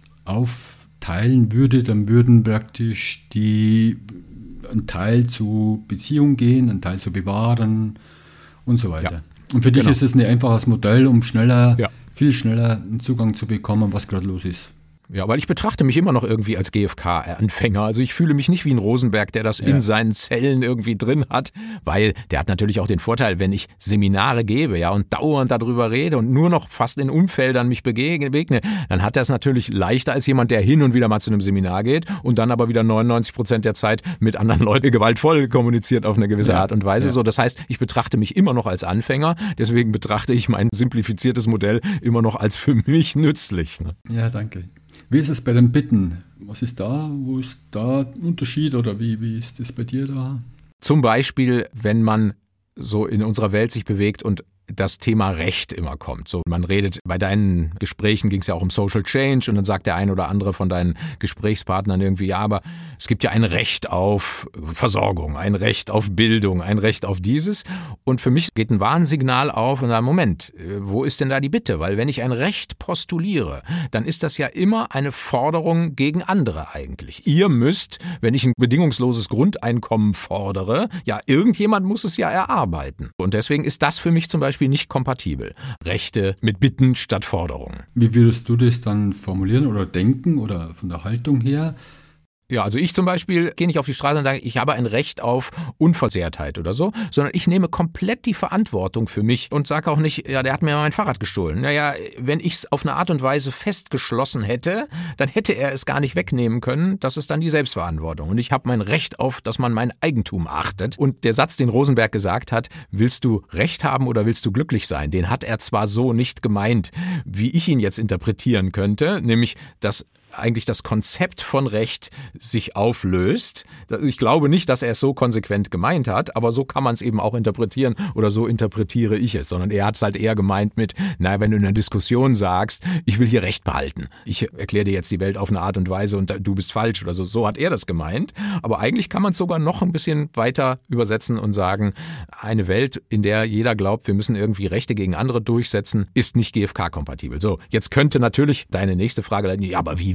aufteilen würde, dann würden praktisch die ein Teil zu Beziehung gehen, ein Teil zu bewahren und so weiter. Ja. Und für dich genau. ist es ein einfaches Modell, um schneller, ja. viel schneller einen Zugang zu bekommen, was gerade los ist. Ja, weil ich betrachte mich immer noch irgendwie als G F K-Anfänger. Also ich fühle mich nicht wie ein Rosenberg, der das ja. in seinen Zellen irgendwie drin hat, weil der hat natürlich auch den Vorteil, wenn ich Seminare gebe, ja, und dauernd darüber rede und nur noch fast in Umfeldern mich begegne, dann hat er es natürlich leichter als jemand, der hin und wieder mal zu einem Seminar geht und dann aber wieder neunundneunzig Prozent der Zeit mit anderen Leuten gewaltvoll kommuniziert auf eine gewisse ja. Art und Weise. Ja. So, das heißt, ich betrachte mich immer noch als Anfänger, deswegen betrachte ich mein simplifiziertes Modell immer noch als für mich nützlich. Ne? Ja, danke. Wie ist es bei den Bitten? Was ist da? Wo ist da ein Unterschied oder wie, wie ist das bei dir da? Zum Beispiel, wenn man so in unserer Welt sich bewegt und das Thema Recht immer kommt. So, man redet, bei deinen Gesprächen ging es ja auch um Social Change und dann sagt der ein oder andere von deinen Gesprächspartnern irgendwie, ja, aber es gibt ja ein Recht auf Versorgung, ein Recht auf Bildung, ein Recht auf dieses und für mich geht ein Warnsignal auf und sagt, Moment, wo ist denn da die Bitte? Weil wenn ich ein Recht postuliere, dann ist das ja immer eine Forderung gegen andere eigentlich. Ihr müsst, wenn ich ein bedingungsloses Grundeinkommen fordere, ja, irgendjemand muss es ja erarbeiten und deswegen ist das für mich zum Beispiel nicht kompatibel. Rechte mit Bitten statt Forderungen. Wie würdest du das dann formulieren oder denken oder von der Haltung her? Ja, also ich zum Beispiel gehe nicht auf die Straße und sage, ich habe ein Recht auf Unversehrtheit oder so, sondern ich nehme komplett die Verantwortung für mich und sage auch nicht, ja, der hat mir mein Fahrrad gestohlen. Naja, wenn ich es auf eine Art und Weise festgeschlossen hätte, dann hätte er es gar nicht wegnehmen können. Das ist dann die Selbstverantwortung. Und ich habe mein Recht auf, dass man mein Eigentum achtet. Und der Satz, den Rosenberg gesagt hat, willst du Recht haben oder willst du glücklich sein? Den hat er zwar so nicht gemeint, wie ich ihn jetzt interpretieren könnte, nämlich, dass eigentlich das Konzept von Recht sich auflöst. Ich glaube nicht, dass er es so konsequent gemeint hat, aber so kann man es eben auch interpretieren oder so interpretiere ich es, sondern er hat es halt eher gemeint mit, naja, wenn du in einer Diskussion sagst, ich will hier Recht behalten, ich erkläre dir jetzt die Welt auf eine Art und Weise und du bist falsch oder so, so hat er das gemeint, aber eigentlich kann man es sogar noch ein bisschen weiter übersetzen und sagen, eine Welt, in der jeder glaubt, wir müssen irgendwie Rechte gegen andere durchsetzen, ist nicht G F K-kompatibel. So, jetzt könnte natürlich deine nächste Frage sein, ja, aber wie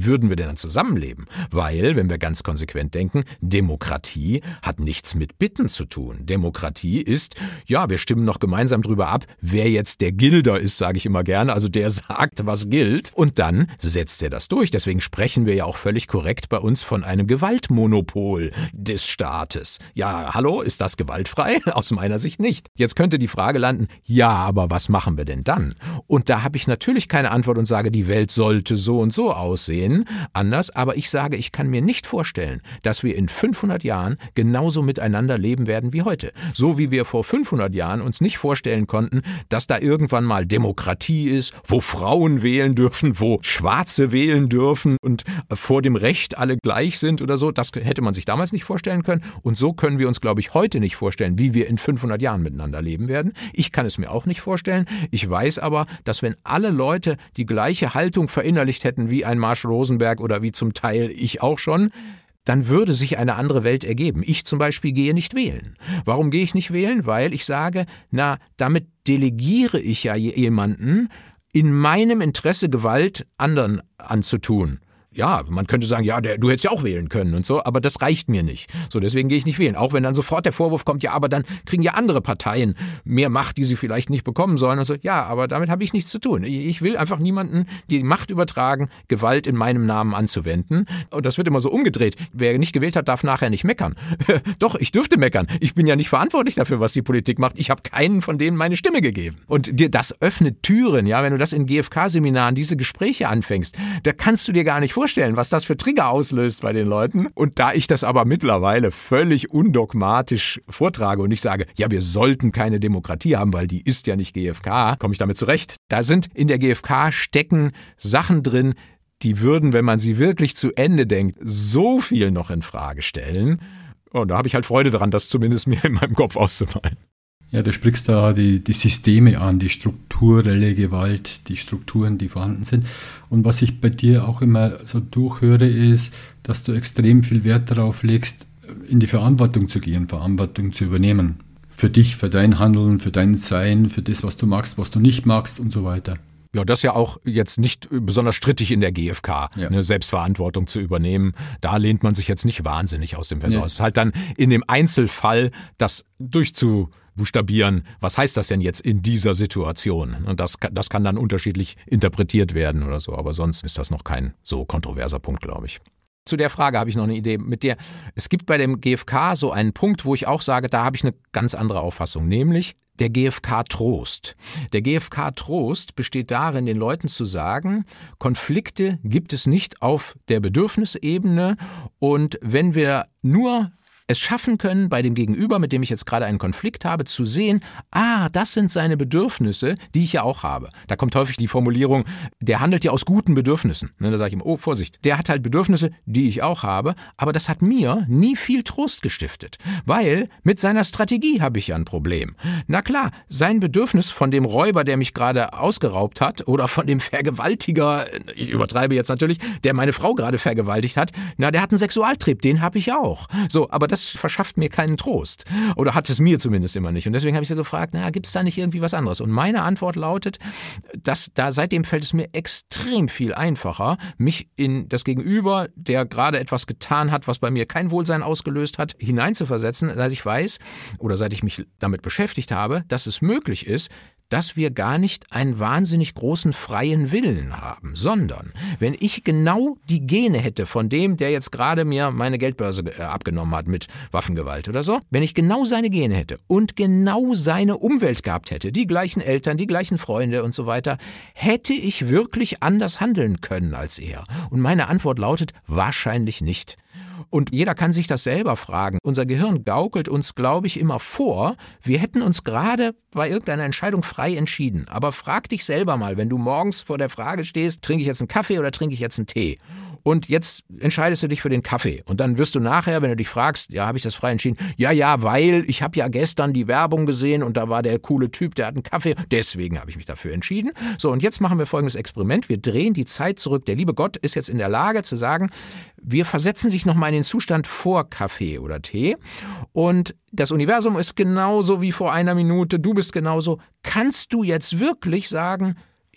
würden wir denn dann zusammenleben? Weil, wenn wir ganz konsequent denken, Demokratie hat nichts mit Bitten zu tun. Demokratie ist, ja, wir stimmen noch gemeinsam drüber ab, wer jetzt der Gilder ist, sage ich immer gerne, also der sagt, was gilt, und dann setzt er das durch. Deswegen sprechen wir ja auch völlig korrekt bei uns von einem Gewaltmonopol des Staates. Ja, hallo, ist das gewaltfrei? Aus meiner Sicht nicht. Jetzt könnte die Frage landen, ja, aber was machen wir denn dann? Und da habe ich natürlich keine Antwort und sage, die Welt sollte so und so aussehen, anders, aber ich sage, ich kann mir nicht vorstellen, dass wir in fünfhundert Jahren genauso miteinander leben werden wie heute. So wie wir vor fünfhundert Jahren uns nicht vorstellen konnten, dass da irgendwann mal Demokratie ist, wo Frauen wählen dürfen, wo Schwarze wählen dürfen und vor dem Recht alle gleich sind oder so. Das hätte man sich damals nicht vorstellen können. Und so können wir uns, glaube ich, heute nicht vorstellen, wie wir in fünfhundert Jahren miteinander leben werden. Ich kann es mir auch nicht vorstellen. Ich weiß aber, dass wenn alle Leute die gleiche Haltung verinnerlicht hätten wie ein Marshall Rosenberg oder wie zum Teil ich auch schon, dann würde sich eine andere Welt ergeben. Ich zum Beispiel gehe nicht wählen. Warum gehe ich nicht wählen? Weil ich sage, na, damit delegiere ich ja jemanden, in meinem Interesse Gewalt anderen anzutun. Ja, man könnte sagen, ja, der, du hättest ja auch wählen können und so, aber das reicht mir nicht. So, deswegen gehe ich nicht wählen. Auch wenn dann sofort der Vorwurf kommt, ja, aber dann kriegen ja andere Parteien mehr Macht, die sie vielleicht nicht bekommen sollen. Und so, ja, aber damit habe ich nichts zu tun. Ich will einfach niemanden die Macht übertragen, Gewalt in meinem Namen anzuwenden. Und das wird immer so umgedreht. Wer nicht gewählt hat, darf nachher nicht meckern. Doch, ich dürfte meckern. Ich bin ja nicht verantwortlich dafür, was die Politik macht. Ich habe keinen von denen meine Stimme gegeben. Und dir das öffnet Türen, ja, wenn du das in G F K-Seminaren, diese Gespräche anfängst, da kannst du dir gar nicht vorstellen, was das für Trigger auslöst bei den Leuten. Und da ich das aber mittlerweile völlig undogmatisch vortrage und ich sage, ja, wir sollten keine Demokratie haben, weil die ist ja nicht G F K, komme ich damit zurecht. Da sind in der G F K stecken Sachen drin, die würden, wenn man sie wirklich zu Ende denkt, so viel noch in Frage stellen. Und da habe ich halt Freude daran, das zumindest mir in meinem Kopf auszumalen. Ja, du sprichst da die, die Systeme an, die strukturelle Gewalt, die Strukturen, die vorhanden sind. Und was ich bei dir auch immer so durchhöre, ist, dass du extrem viel Wert darauf legst, in die Verantwortung zu gehen, Verantwortung zu übernehmen. Für dich, für dein Handeln, für dein Sein, für das, was du magst, was du nicht magst und so weiter. Ja, das ist ja auch jetzt nicht besonders strittig in der G F K, ja. Eine Selbstverantwortung zu übernehmen. Da lehnt man sich jetzt nicht wahnsinnig aus dem Fenster aus. Es ist halt dann in dem Einzelfall das durchzubuchstabieren, was heißt das denn jetzt in dieser Situation? Und das, das kann dann unterschiedlich interpretiert werden oder so, aber sonst ist das noch kein so kontroverser Punkt, glaube ich. Zu der Frage habe ich noch eine Idee. Mit der, es gibt bei dem G F K so einen Punkt, wo ich auch sage, da habe ich eine ganz andere Auffassung, nämlich der G F K-Trost. Der G F K-Trost besteht darin, den Leuten zu sagen, Konflikte gibt es nicht auf der Bedürfnisebene und wenn wir nur es schaffen können, bei dem Gegenüber, mit dem ich jetzt gerade einen Konflikt habe, zu sehen, ah, das sind seine Bedürfnisse, die ich ja auch habe. Da kommt häufig die Formulierung, der handelt ja aus guten Bedürfnissen. Da sage ich ihm, oh, Vorsicht, der hat halt Bedürfnisse, die ich auch habe, aber das hat mir nie viel Trost gestiftet, weil mit seiner Strategie habe ich ja ein Problem. Na klar, sein Bedürfnis von dem Räuber, der mich gerade ausgeraubt hat, oder von dem Vergewaltiger, ich übertreibe jetzt natürlich, der meine Frau gerade vergewaltigt hat, na, der hat einen Sexualtrieb, den habe ich auch. So, aber das Das verschafft mir keinen Trost. Oder hat es mir zumindest immer nicht. Und deswegen habe ich so gefragt, na, gibt es da nicht irgendwie was anderes? Und meine Antwort lautet, dass da seitdem fällt es mir extrem viel einfacher, mich in das Gegenüber, der gerade etwas getan hat, was bei mir kein Wohlsein ausgelöst hat, hineinzuversetzen, seit ich weiß oder seit ich mich damit beschäftigt habe, dass es möglich ist, dass wir gar nicht einen wahnsinnig großen freien Willen haben, sondern wenn ich genau die Gene hätte von dem, der jetzt gerade mir meine Geldbörse abgenommen hat mit Waffengewalt oder so, wenn ich genau seine Gene hätte und genau seine Umwelt gehabt hätte, die gleichen Eltern, die gleichen Freunde und so weiter, hätte ich wirklich anders handeln können als er? Und meine Antwort lautet, wahrscheinlich nicht. Und jeder kann sich das selber fragen. Unser Gehirn gaukelt uns, glaube ich, immer vor, wir hätten uns gerade bei irgendeiner Entscheidung frei entschieden. Aber frag dich selber mal, wenn du morgens vor der Frage stehst, trinke ich jetzt einen Kaffee oder trinke ich jetzt einen Tee? Und jetzt entscheidest du dich für den Kaffee. Und dann wirst du nachher, wenn du dich fragst, ja, habe ich das frei entschieden? Ja, ja, weil ich habe ja gestern die Werbung gesehen und da war der coole Typ, der hat einen Kaffee. Deswegen habe ich mich dafür entschieden. So, und jetzt machen wir folgendes Experiment. Wir drehen die Zeit zurück. Der liebe Gott ist jetzt in der Lage zu sagen, wir versetzen sich nochmal in den Zustand vor Kaffee oder Tee. Und das Universum ist genauso wie vor einer Minute. Du bist genauso. Kannst du jetzt wirklich sagen,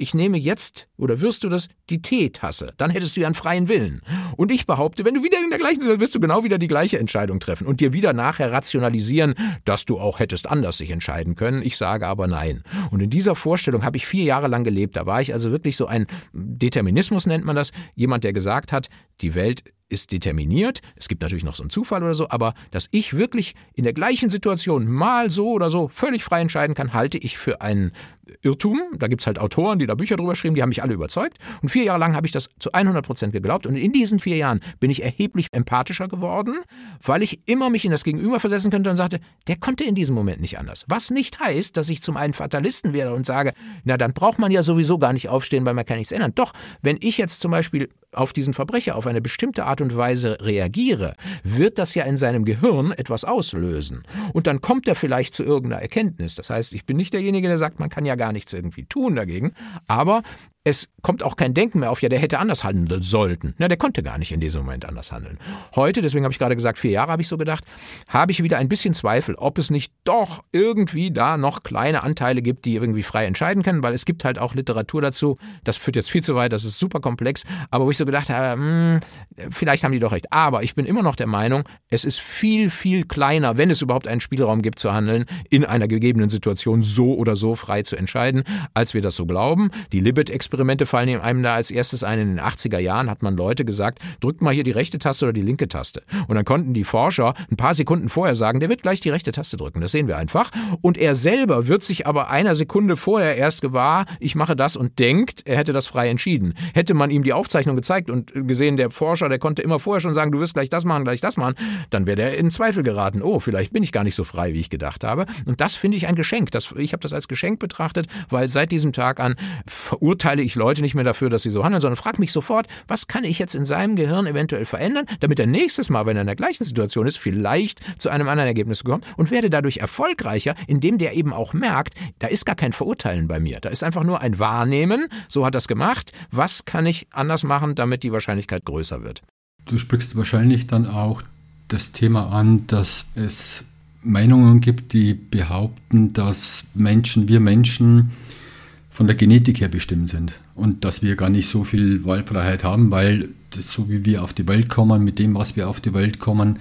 ich nehme jetzt, oder wirst du das, die Teetasse. Dann hättest du ja einen freien Willen. Und ich behaupte, wenn du wieder in der gleichen Situation wirst du genau wieder die gleiche Entscheidung treffen und dir wieder nachher rationalisieren, dass du auch hättest anders sich entscheiden können. Ich sage aber nein. Und in dieser Vorstellung habe ich vier Jahre lang gelebt. Da war ich also wirklich so ein Determinismus, nennt man das. Jemand, der gesagt hat, die Welt ist determiniert. Es gibt natürlich noch so einen Zufall oder so, aber dass ich wirklich in der gleichen Situation mal so oder so völlig frei entscheiden kann, halte ich für einen Irrtum. Da gibt es halt Autoren, die da Bücher drüber schreiben, die haben mich alle überzeugt. Und vier Jahre lang habe ich das zu hundert Prozent geglaubt. Und in diesen vier Jahren bin ich erheblich empathischer geworden, weil ich immer mich in das Gegenüber versetzen könnte und sagte, der konnte in diesem Moment nicht anders. Was nicht heißt, dass ich zum einen Fatalisten werde und sage, na dann braucht man ja sowieso gar nicht aufstehen, weil man kann nichts ändern. Doch, wenn ich jetzt zum Beispiel auf diesen Verbrecher auf eine bestimmte Art und Weise reagiere, wird das ja in seinem Gehirn etwas auslösen. Und dann kommt er vielleicht zu irgendeiner Erkenntnis. Das heißt, ich bin nicht derjenige, der sagt, man kann ja gar nichts irgendwie tun dagegen, aber es kommt auch kein Denken mehr auf, ja, der hätte anders handeln sollten. Na, der konnte gar nicht in diesem Moment anders handeln. Heute, deswegen habe ich gerade gesagt, vier Jahre habe ich so gedacht, habe ich wieder ein bisschen Zweifel, ob es nicht doch irgendwie da noch kleine Anteile gibt, die irgendwie frei entscheiden können, weil es gibt halt auch Literatur dazu. Das führt jetzt viel zu weit, das ist super komplex, aber wo ich so gedacht habe, mh, vielleicht haben die doch recht. Aber ich bin immer noch der Meinung, es ist viel, viel kleiner, wenn es überhaupt einen Spielraum gibt zu handeln, in einer gegebenen Situation so oder so frei zu entscheiden, als wir das so glauben. Die Libet-Experimente fallen einem da als erstes ein. In den achtziger Jahren hat man Leute gesagt, drückt mal hier die rechte Taste oder die linke Taste. Und dann konnten die Forscher ein paar Sekunden vorher sagen, der wird gleich die rechte Taste drücken. Das sehen wir einfach. Und er selber wird sich aber einer Sekunde vorher erst gewahr, ich mache das und denkt, er hätte das frei entschieden. Hätte man ihm die Aufzeichnung gezeigt und gesehen, der Forscher, der konnte immer vorher schon sagen, du wirst gleich das machen, gleich das machen, dann wäre der in Zweifel geraten. Oh, vielleicht bin ich gar nicht so frei, wie ich gedacht habe. Und das finde ich ein Geschenk. Das, ich habe das als Geschenk betrachtet, weil seit diesem Tag an verurteile ich Leute nicht mehr dafür, dass sie so handeln, sondern frage mich sofort, was kann ich jetzt in seinem Gehirn eventuell verändern, damit er nächstes Mal, wenn er in der gleichen Situation ist, vielleicht zu einem anderen Ergebnis kommt und werde dadurch erfolgreicher, indem der eben auch merkt, da ist gar kein Verurteilen bei mir. Da ist einfach nur ein Wahrnehmen, so hat er es gemacht, was kann ich anders machen, damit die Wahrscheinlichkeit größer wird. Du sprichst wahrscheinlich dann auch das Thema an, dass es Meinungen gibt, die behaupten, dass Menschen, wir Menschen von der Genetik her bestimmt sind und dass wir gar nicht so viel Wahlfreiheit haben, weil das, so wie wir auf die Welt kommen, mit dem, was wir auf die Welt kommen.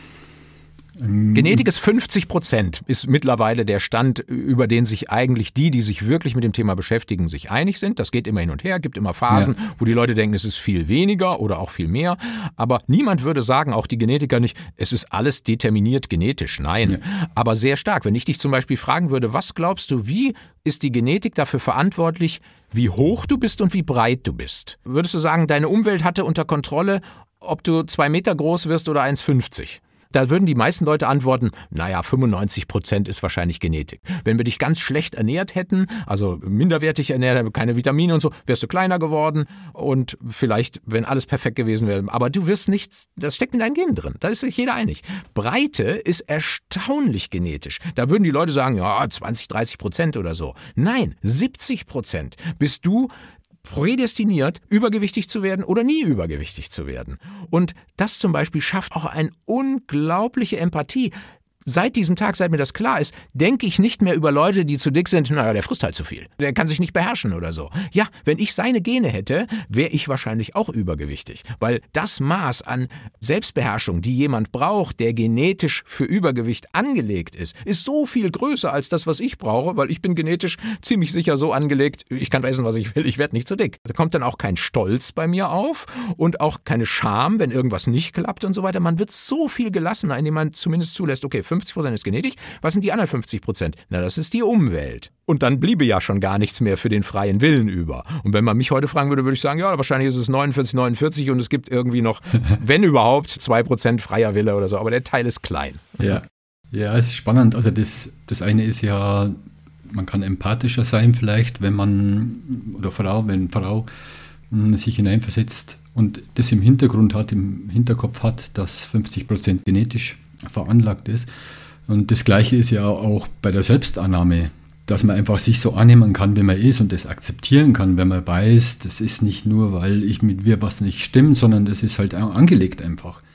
Genetik ist fünfzig Prozent, ist mittlerweile der Stand, über den sich eigentlich die, die sich wirklich mit dem Thema beschäftigen, sich einig sind. Das geht immer hin und her, gibt immer Phasen, ja, wo die Leute denken, es ist viel weniger oder auch viel mehr. Aber niemand würde sagen, auch die Genetiker nicht, es ist alles determiniert genetisch. Nein, ja, aber sehr stark. Wenn ich dich zum Beispiel fragen würde, was glaubst du, wie ist die Genetik dafür verantwortlich, wie hoch du bist und wie breit du bist? Würdest du sagen, deine Umwelt hatte unter Kontrolle, ob du zwei Meter groß wirst oder eins Komma fünfzig? Da würden die meisten Leute antworten, naja, fünfundneunzig Prozent ist wahrscheinlich Genetik. Wenn wir dich ganz schlecht ernährt hätten, also minderwertig ernährt, keine Vitamine und so, wärst du kleiner geworden und vielleicht, wenn alles perfekt gewesen wäre. Aber du wirst nichts, das steckt in deinen Genen drin. Da ist sich jeder einig. Breite ist erstaunlich genetisch. Da würden die Leute sagen, ja, zwanzig, dreißig Prozent oder so. Nein, siebzig Prozent bist du prädestiniert, übergewichtig zu werden oder nie übergewichtig zu werden. Und das zum Beispiel schafft auch eine unglaubliche Empathie. Seit diesem Tag, seit mir das klar ist, denke ich nicht mehr über Leute, die zu dick sind, naja, der frisst halt zu viel. Der kann sich nicht beherrschen oder so. Ja, wenn ich seine Gene hätte, wäre ich wahrscheinlich auch übergewichtig. Weil das Maß an Selbstbeherrschung, die jemand braucht, der genetisch für Übergewicht angelegt ist, ist so viel größer als das, was ich brauche, weil ich bin genetisch ziemlich sicher so angelegt, ich kann essen, was ich will, ich werde nicht zu dick. Da kommt dann auch kein Stolz bei mir auf und auch keine Scham, wenn irgendwas nicht klappt und so weiter. Man wird so viel gelassener, indem man zumindest zulässt, okay, fünfzig Prozent ist Genetisch. Was sind die anderen fünfzig Prozent? Na, das ist die Umwelt. Und dann bliebe ja schon gar nichts mehr für den freien Willen über. Und wenn man mich heute fragen würde, würde ich sagen, ja, wahrscheinlich ist es neunundvierzig, neunundvierzig und es gibt irgendwie noch, wenn überhaupt, zwei Prozent freier Wille oder so. Aber der Teil ist klein. Ja, ja, es ist spannend. Also das, das eine ist ja, man kann empathischer sein vielleicht, wenn man, oder Frau, wenn Frau mh, sich hineinversetzt und das im Hintergrund hat, im Hinterkopf hat, dass fünfzig Prozent genetisch veranlagt ist. Und das Gleiche ist ja auch bei der Selbstannahme, dass man einfach sich so annehmen kann, wie man ist und das akzeptieren kann, wenn man weiß, das ist nicht nur, weil ich mit mir was nicht stimmt, sondern das ist halt angelegt einfach.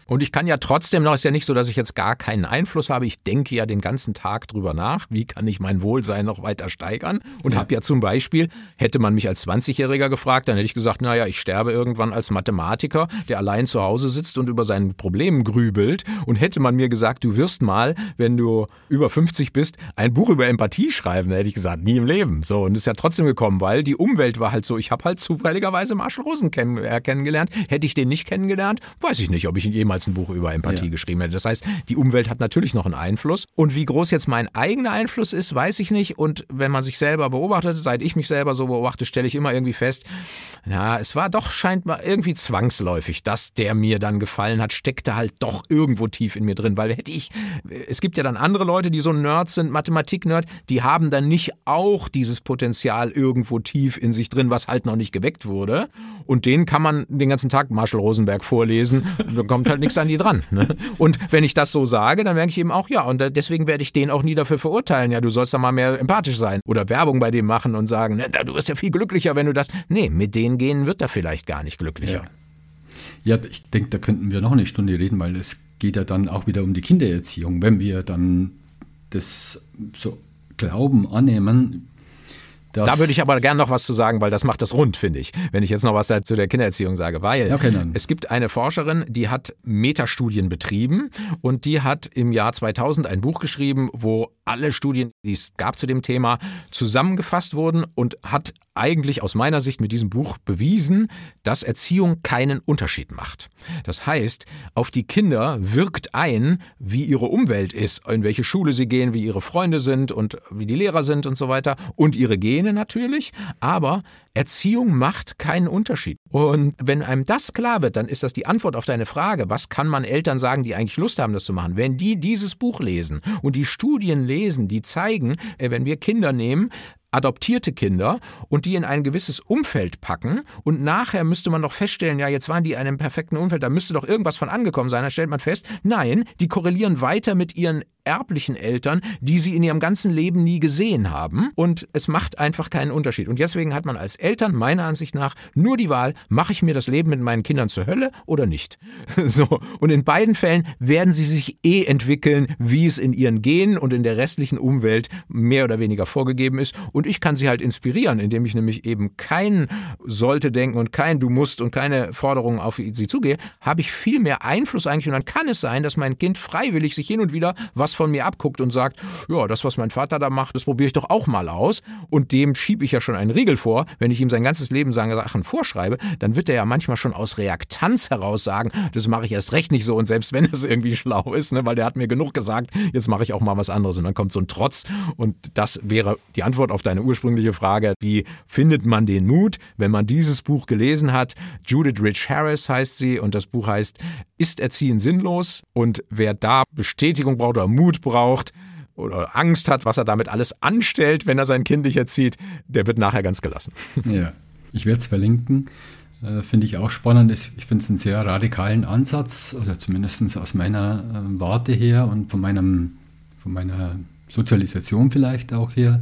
Und ich kann ja trotzdem noch, ist ja nicht so, dass ich jetzt gar keinen Einfluss habe. Ich denke ja den ganzen Tag drüber nach, wie kann ich mein Wohlsein noch weiter steigern? Und ja. habe ja zum Beispiel, hätte man mich als zwanzigjähriger gefragt, dann hätte ich gesagt, naja, ich sterbe irgendwann als Mathematiker, der allein zu Hause sitzt und über seinen Problemen grübelt. Und hätte man mir gesagt, du wirst mal, wenn du über fünfzig bist, ein Buch über Empathie schreiben, dann hätte ich gesagt, nie im Leben. So, und es ist ja trotzdem gekommen, weil die Umwelt war halt so, ich habe halt zufälligerweise Marshall Rosen kenn- äh, kennengelernt. Hätte ich den nicht kennengelernt, weiß ich nicht, ob ich jemals ein Buch über Empathie ja. geschrieben hätte. Das heißt, die Umwelt hat natürlich noch einen Einfluss. Und wie groß jetzt mein eigener Einfluss ist, weiß ich nicht. Und wenn man sich selber beobachtet, seit ich mich selber so beobachte, stelle ich immer irgendwie fest, na, es war doch scheinbar irgendwie zwangsläufig, dass der mir dann gefallen hat, steckte halt doch irgendwo tief in mir drin. Weil hätte ich, es gibt ja dann andere Leute, die so Nerds sind, Mathematik-Nerd, die haben dann nicht auch dieses Potenzial irgendwo tief in sich drin, was halt noch nicht geweckt wurde. Und denen kann man den ganzen Tag Marshall Rosenberg vorlesen, da kommt halt nichts an die dran. Ne? Und wenn ich das so sage, dann merke ich eben auch, ja, und deswegen werde ich den auch nie dafür verurteilen, ja, du sollst da mal mehr empathisch sein oder Werbung bei dem machen und sagen, ne, du wirst ja viel glücklicher, wenn du das, nee, mit den Genen wird er vielleicht gar nicht glücklicher. Ja, ja, ich denke, da könnten wir noch eine Stunde reden, weil es geht ja dann auch wieder um die Kindererziehung, wenn wir dann das so glauben, annehmen. Da würde ich aber gerne noch was zu sagen, weil das macht das rund, finde ich, wenn ich jetzt noch was zu der Kindererziehung sage. Weil okay, es gibt eine Forscherin, die hat Metastudien betrieben und die hat im Jahr zweitausend ein Buch geschrieben, wo alle Studien, die es gab zu dem Thema, zusammengefasst wurden und hat eigentlich aus meiner Sicht mit diesem Buch bewiesen, dass Erziehung keinen Unterschied macht. Das heißt, auf die Kinder wirkt ein, wie ihre Umwelt ist, in welche Schule sie gehen, wie ihre Freunde sind und wie die Lehrer sind und so weiter und ihre Gene natürlich, aber Erziehung macht keinen Unterschied. Und wenn einem das klar wird, dann ist das die Antwort auf deine Frage, was kann man Eltern sagen, die eigentlich Lust haben, das zu machen? Wenn die dieses Buch lesen und die Studien lesen, die zeigen, wenn wir Kinder nehmen, adoptierte Kinder und die in ein gewisses Umfeld packen und nachher müsste man doch feststellen, ja, jetzt waren die in einem perfekten Umfeld, da müsste doch irgendwas von angekommen sein. Dann stellt man fest, nein, die korrelieren weiter mit ihren erblichen Eltern, die sie in ihrem ganzen Leben nie gesehen haben und es macht einfach keinen Unterschied. Und deswegen hat man als Eltern meiner Ansicht nach nur die Wahl, mache ich mir das Leben mit meinen Kindern zur Hölle oder nicht? So. Und in beiden Fällen werden sie sich eh entwickeln, wie es in ihren Genen und in der restlichen Umwelt mehr oder weniger vorgegeben ist. Und ich kann sie halt inspirieren, indem ich nämlich eben kein sollte denken und kein du musst und keine Forderungen auf sie zugehe, habe ich viel mehr Einfluss eigentlich und dann kann es sein, dass mein Kind freiwillig sich hin und wieder was von mir abguckt und sagt, ja, das, was mein Vater da macht, das probiere ich doch auch mal aus und dem schiebe ich ja schon einen Riegel vor, wenn ich ihm sein ganzes Leben Sachen vorschreibe, dann wird er ja manchmal schon aus Reaktanz heraus sagen, das mache ich erst recht nicht so und selbst wenn es irgendwie schlau ist, ne, weil der hat mir genug gesagt, jetzt mache ich auch mal was anderes und dann kommt so ein Trotz und das wäre die Antwort auf deine ursprüngliche Frage, wie findet man den Mut, wenn man dieses Buch gelesen hat? Judith Rich Harris heißt sie und das Buch heißt Ist Erziehen sinnlos? Und wer da Bestätigung braucht oder Mut braucht oder Angst hat, was er damit alles anstellt, wenn er sein Kind nicht erzieht, der wird nachher ganz gelassen. Ja, ich werde es verlinken. Äh, finde ich auch spannend. Ich finde es einen sehr radikalen Ansatz, also zumindest aus meiner äh, Warte her und von, meinem, von meiner Sozialisation vielleicht auch her.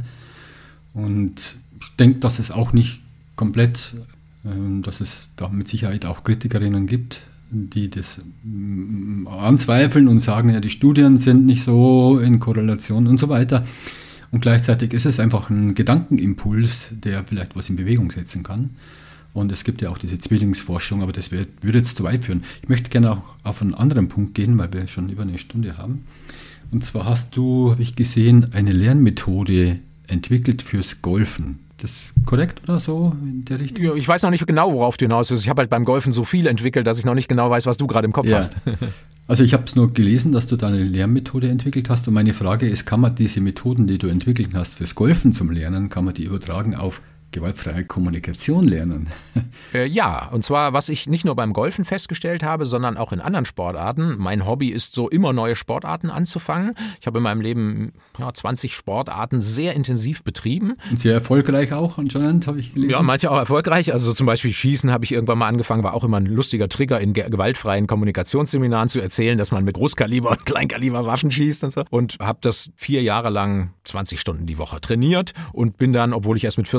Und ich denke, dass es auch nicht komplett, äh, dass es da mit Sicherheit auch Kritikerinnen gibt, die das äh, anzweifeln und sagen, ja, die Studien sind nicht so in Korrelation und so weiter. Und gleichzeitig ist es einfach ein Gedankenimpuls, der vielleicht was in Bewegung setzen kann. Und es gibt ja auch diese Zwillingsforschung, aber das wird, würde jetzt zu weit führen. Ich möchte gerne auch auf einen anderen Punkt gehen, weil wir schon über eine Stunde haben. Und zwar hast du, habe ich gesehen, eine Lernmethode entwickelt fürs Golfen. Das ist korrekt oder so in der Richtung? Ja, ich weiß noch nicht genau, worauf du hinaus willst. Ich habe halt beim Golfen so viel entwickelt, dass ich noch nicht genau weiß, was du gerade im Kopf ja. hast. Also ich habe es nur gelesen, dass du da eine Lernmethode entwickelt hast. Und meine Frage ist, kann man diese Methoden, die du entwickelt hast fürs Golfen zum Lernen, kann man die übertragen auf gewaltfreie Kommunikation lernen? Äh, ja, und zwar, was ich nicht nur beim Golfen festgestellt habe, sondern auch in anderen Sportarten. Mein Hobby ist so, immer neue Sportarten anzufangen. Ich habe in meinem Leben ja, zwanzig Sportarten sehr intensiv betrieben. Und sehr erfolgreich auch anscheinend, habe ich gelesen. Ja, manche auch erfolgreich. Also zum Beispiel Schießen habe ich irgendwann mal angefangen, war auch immer ein lustiger Trigger in ge- gewaltfreien Kommunikationsseminaren zu erzählen, dass man mit Großkaliber- und Kleinkaliberwaffen schießt und so. Und habe das vier Jahre lang zwanzig Stunden die Woche trainiert und bin dann, obwohl ich erst mit vierzig angefangen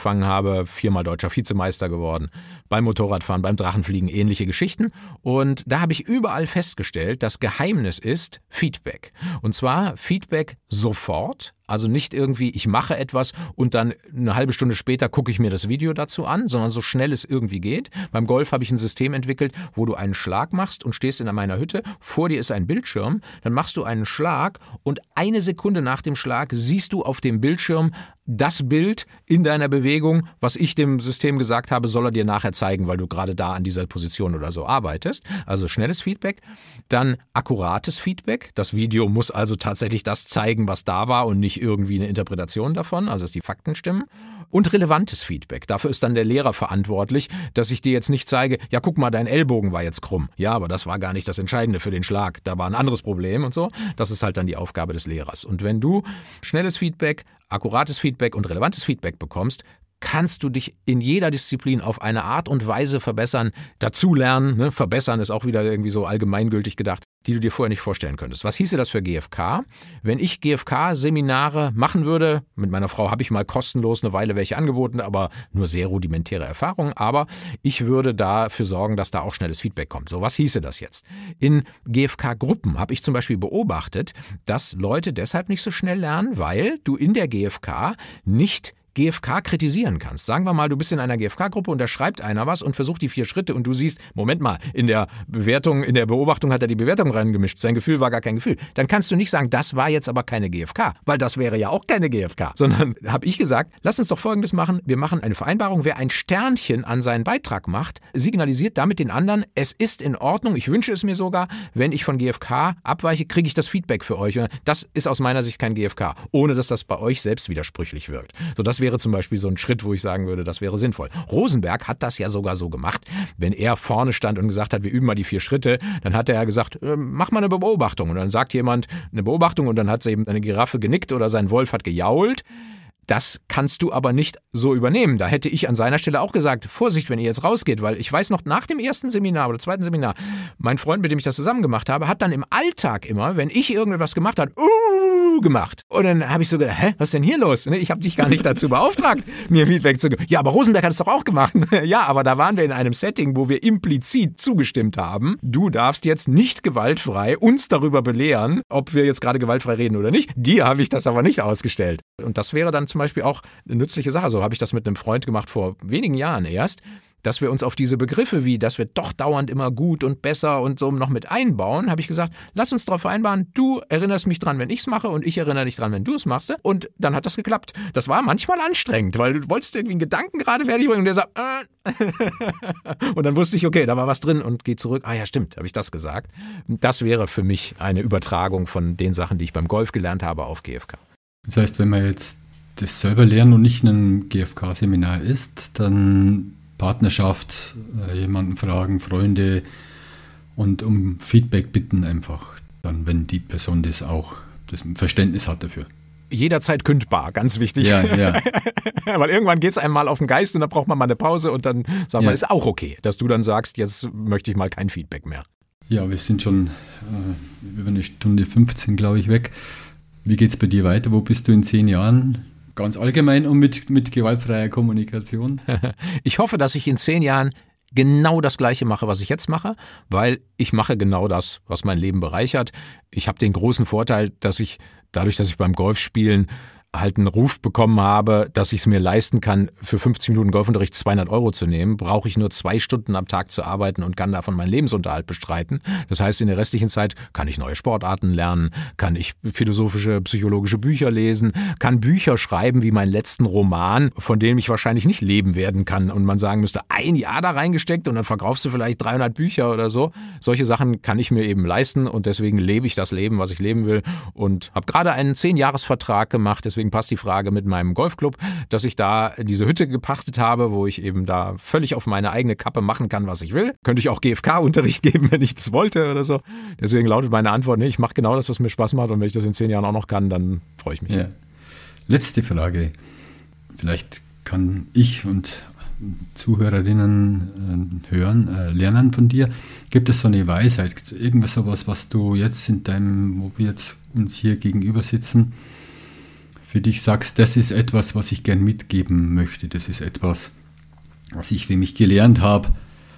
angefangen habe, viermal deutscher Vizemeister geworden, beim Motorradfahren, beim Drachenfliegen, ähnliche Geschichten. Und da habe ich überall festgestellt, das Geheimnis ist Feedback. Und zwar Feedback sofort. Also nicht irgendwie, ich mache etwas und dann eine halbe Stunde später gucke ich mir das Video dazu an, sondern so schnell es irgendwie geht. Beim Golf habe ich ein System entwickelt, wo du einen Schlag machst und stehst in meiner Hütte, vor dir ist ein Bildschirm, dann machst du einen Schlag und eine Sekunde nach dem Schlag siehst du auf dem Bildschirm das Bild in deiner Bewegung, was ich dem System gesagt habe, soll er dir nachher zeigen, weil du gerade da an dieser Position oder so arbeitest. Also schnelles Feedback. Dann akkurates Feedback. Das Video muss also tatsächlich das zeigen, was da war und nicht irgendwie eine Interpretation davon, also dass die Fakten stimmen. Und relevantes Feedback. Dafür ist dann der Lehrer verantwortlich, dass ich dir jetzt nicht zeige, ja guck mal, dein Ellbogen war jetzt krumm. Ja, aber das war gar nicht das Entscheidende für den Schlag. Da war ein anderes Problem und so. Das ist halt dann die Aufgabe des Lehrers. Und wenn du schnelles Feedback, akkurates Feedback und relevantes Feedback bekommst, kannst du dich in jeder Disziplin auf eine Art und Weise verbessern, dazulernen, ne? Verbessern ist auch wieder irgendwie so allgemeingültig gedacht, die du dir vorher nicht vorstellen könntest. Was hieße das für G F K? Wenn ich G F K-Seminare machen würde, mit meiner Frau habe ich mal kostenlos eine Weile welche angeboten, aber nur sehr rudimentäre Erfahrungen, aber ich würde dafür sorgen, dass da auch schnelles Feedback kommt. So, was hieße das jetzt? In G F K-Gruppen habe ich zum Beispiel beobachtet, dass Leute deshalb nicht so schnell lernen, weil du in der G F K nicht G F K kritisieren kannst. Sagen wir mal, du bist in einer G F K-Gruppe und da schreibt einer was und versucht die vier Schritte und du siehst, Moment mal, in der Bewertung, in der Beobachtung hat er die Bewertung reingemischt, sein Gefühl war gar kein Gefühl. Dann kannst du nicht sagen, das war jetzt aber keine G F K, weil das wäre ja auch keine G F K, sondern habe ich gesagt, lass uns doch Folgendes machen, wir machen eine Vereinbarung, wer ein Sternchen an seinen Beitrag macht, signalisiert damit den anderen, es ist in Ordnung, ich wünsche es mir sogar, wenn ich von G F K abweiche, kriege ich das Feedback für euch. Das ist aus meiner Sicht kein G F K, ohne dass das bei euch selbst widersprüchlich wirkt. So, das wäre zum Beispiel so ein Schritt, wo ich sagen würde, das wäre sinnvoll. Rosenberg hat das ja sogar so gemacht. Wenn er vorne stand und gesagt hat, wir üben mal die vier Schritte, dann hat er ja gesagt, äh, mach mal eine Beobachtung. Und dann sagt jemand eine Beobachtung und dann hat eben eine Giraffe genickt oder sein Wolf hat gejault. Das kannst du aber nicht so übernehmen. Da hätte ich an seiner Stelle auch gesagt, Vorsicht, wenn ihr jetzt rausgeht, weil ich weiß noch, nach dem ersten Seminar oder zweiten Seminar, mein Freund, mit dem ich das zusammen gemacht habe, hat dann im Alltag immer, wenn ich irgendetwas gemacht habe, uh, gemacht. Und dann habe ich so gedacht, hä, was ist denn hier los? Ich habe dich gar nicht dazu beauftragt, mir Feedback zu geben. Ja, aber Rosenberg hat es doch auch gemacht. Ja, aber da waren wir in einem Setting, wo wir implizit zugestimmt haben, du darfst jetzt nicht gewaltfrei uns darüber belehren, ob wir jetzt gerade gewaltfrei reden oder nicht. Dir habe ich das aber nicht ausgestellt. Und das wäre dann zum Beispiel auch eine nützliche Sache. So habe ich das mit einem Freund gemacht vor wenigen Jahren erst, dass wir uns auf diese Begriffe wie, dass wir doch dauernd immer gut und besser und so noch mit einbauen, habe ich gesagt, lass uns darauf vereinbaren, du erinnerst mich dran, wenn ich es mache und ich erinnere dich dran, wenn du es machst. Und dann hat das geklappt. Das war manchmal anstrengend, weil du wolltest irgendwie einen Gedanken gerade fertig bringen und der sagt, äh. Und dann wusste ich, okay, da war was drin und geh zurück. Ah ja, stimmt, habe ich das gesagt. Das wäre für mich eine Übertragung von den Sachen, die ich beim Golf gelernt habe, auf G F K. Das heißt, wenn man jetzt das selber lernen und nicht in einem G F K-Seminar ist, dann Partnerschaft, jemanden fragen, Freunde und um Feedback bitten einfach, dann wenn die Person das auch, das Verständnis hat dafür. Jederzeit kündbar, ganz wichtig. Ja, ja. Weil irgendwann geht es einem mal auf den Geist und dann braucht man mal eine Pause und dann sagt ja. man, ist auch okay, dass du dann sagst, jetzt möchte ich mal kein Feedback mehr. Ja, wir sind schon äh, über eine Stunde fünfzehn, glaube ich, weg. Wie geht es bei dir weiter? Wo bist du in zehn Jahren? Ganz allgemein und mit, mit gewaltfreier Kommunikation? Ich hoffe, dass ich in zehn Jahren genau das Gleiche mache, was ich jetzt mache, weil ich mache genau das, was mein Leben bereichert. Ich habe den großen Vorteil, dass ich dadurch, dass ich beim Golfspielen halt einen Ruf bekommen habe, dass ich es mir leisten kann, für fünfzig Minuten Golfunterricht zweihundert Euro zu nehmen, brauche ich nur zwei Stunden am Tag zu arbeiten und kann davon meinen Lebensunterhalt bestreiten. Das heißt, in der restlichen Zeit kann ich neue Sportarten lernen, kann ich philosophische, psychologische Bücher lesen, kann Bücher schreiben wie meinen letzten Roman, von dem ich wahrscheinlich nicht leben werden kann und man sagen müsste, ein Jahr da reingesteckt und dann verkaufst du vielleicht dreihundert Bücher oder so. Solche Sachen kann ich mir eben leisten und deswegen lebe ich das Leben, was ich leben will und habe gerade einen zehn-Jahres-Vertrag gemacht, deswegen passt die Frage mit meinem Golfclub, dass ich da diese Hütte gepachtet habe, wo ich eben da völlig auf meine eigene Kappe machen kann, was ich will. Könnte ich auch G F K-Unterricht geben, wenn ich das wollte oder so. Deswegen lautet meine Antwort, nee, ich mache genau das, was mir Spaß macht und wenn ich das in zehn Jahren auch noch kann, dann freue ich mich. Ja. Letzte Frage. Vielleicht kann ich und Zuhörerinnen äh, hören, äh, lernen von dir. Gibt es so eine Weisheit, irgendwas sowas, was du jetzt in deinem, wo wir jetzt uns hier gegenüber sitzen, für dich sagst, das ist etwas, was ich gern mitgeben möchte, das ist etwas, was ich für mich gelernt habe,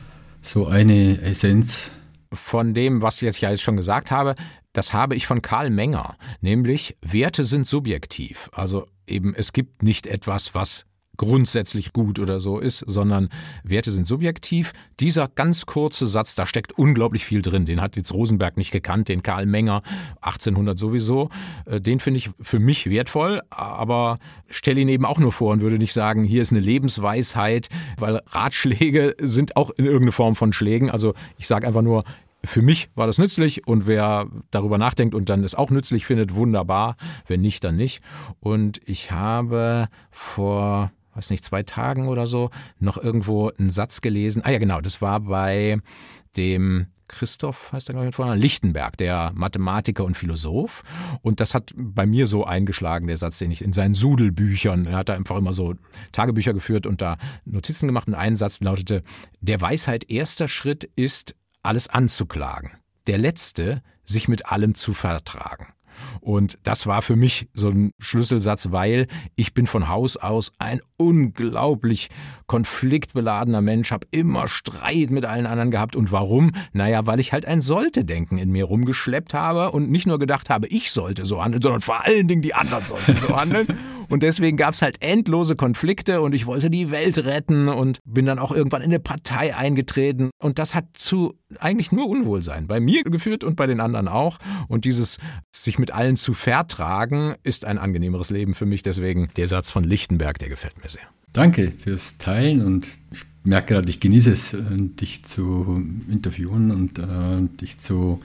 so eine Essenz? Von dem, was ich jetzt ja jetzt schon gesagt habe, das habe ich von Karl Menger, nämlich Werte sind subjektiv. Also eben, es gibt nicht etwas, was grundsätzlich gut oder so ist, sondern Werte sind subjektiv. Dieser ganz kurze Satz, da steckt unglaublich viel drin. Den hat jetzt Rosenberg nicht gekannt, den Karl Menger, achtzehnhundert sowieso. Den finde ich für mich wertvoll, aber stelle ihn eben auch nur vor und würde nicht sagen, hier ist eine Lebensweisheit, weil Ratschläge sind auch in irgendeine Form von Schlägen. Also ich sage einfach nur, für mich war das nützlich und wer darüber nachdenkt und dann es auch nützlich findet, wunderbar. Wenn nicht, dann nicht. Und ich habe vor, weiß nicht, zwei Tagen oder so noch irgendwo einen Satz gelesen. Ah ja, genau, das war bei dem Christoph, heißt er glaube ich mit Vornamen, Lichtenberg, der Mathematiker und Philosoph. Und das hat bei mir so eingeschlagen, der Satz, den ich in seinen Sudelbüchern, er hat da einfach immer so Tagebücher geführt und da Notizen gemacht. Und ein Satz lautete, der Weisheit erster Schritt ist, alles anzuklagen. Der letzte, sich mit allem zu vertragen. Und das war für mich so ein Schlüsselsatz, weil ich bin von Haus aus ein unglaublich konfliktbeladener Mensch, habe immer Streit mit allen anderen gehabt. Und warum? Naja, weil ich halt ein Sollte-Denken in mir rumgeschleppt habe und nicht nur gedacht habe, ich sollte so handeln, sondern vor allen Dingen die anderen sollten so handeln. Und deswegen gab es halt endlose Konflikte und ich wollte die Welt retten und bin dann auch irgendwann in eine Partei eingetreten. Und das hat zu eigentlich nur Unwohlsein bei mir geführt und bei den anderen auch. Und dieses sich mit allen zu vertragen, ist ein angenehmeres Leben für mich. Deswegen der Satz von Lichtenberg, der gefällt mir sehr. Danke fürs Teilen und ich merke gerade, ich genieße es, dich zu interviewen und äh, dich zu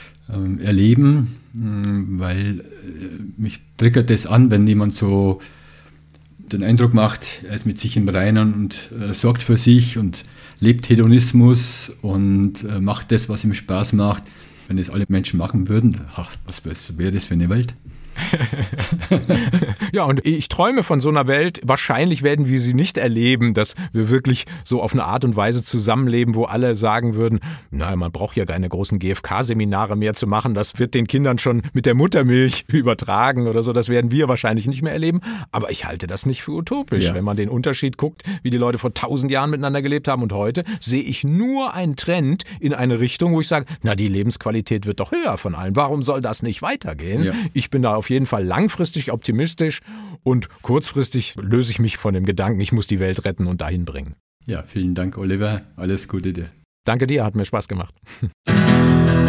äh, erleben, weil äh, mich triggert das an, wenn jemand so den Eindruck macht, er ist mit sich im Reinen und äh, sorgt für sich und lebt Hedonismus und äh, macht das, was ihm Spaß macht. Wenn das alle Menschen machen würden, ach, was wäre das für eine Welt? Ja, und ich träume von so einer Welt. Wahrscheinlich werden wir sie nicht erleben, dass wir wirklich so auf eine Art und Weise zusammenleben, wo alle sagen würden, na, man braucht ja keine großen G F K-Seminare mehr zu machen. Das wird den Kindern schon mit der Muttermilch übertragen oder so. Das werden wir wahrscheinlich nicht mehr erleben. Aber ich halte das nicht für utopisch. Ja. Wenn man den Unterschied guckt, wie die Leute vor tausend Jahren miteinander gelebt haben und heute, sehe ich nur einen Trend in eine Richtung, wo ich sage, na, die Lebensqualität wird doch höher von allen. Warum soll das nicht weitergehen? Ja. Ich bin da auf jeden Fall langfristig optimistisch und kurzfristig löse ich mich von dem Gedanken, ich muss die Welt retten und dahin bringen. Ja, vielen Dank, Oliver. Alles Gute dir. Danke dir, hat mir Spaß gemacht.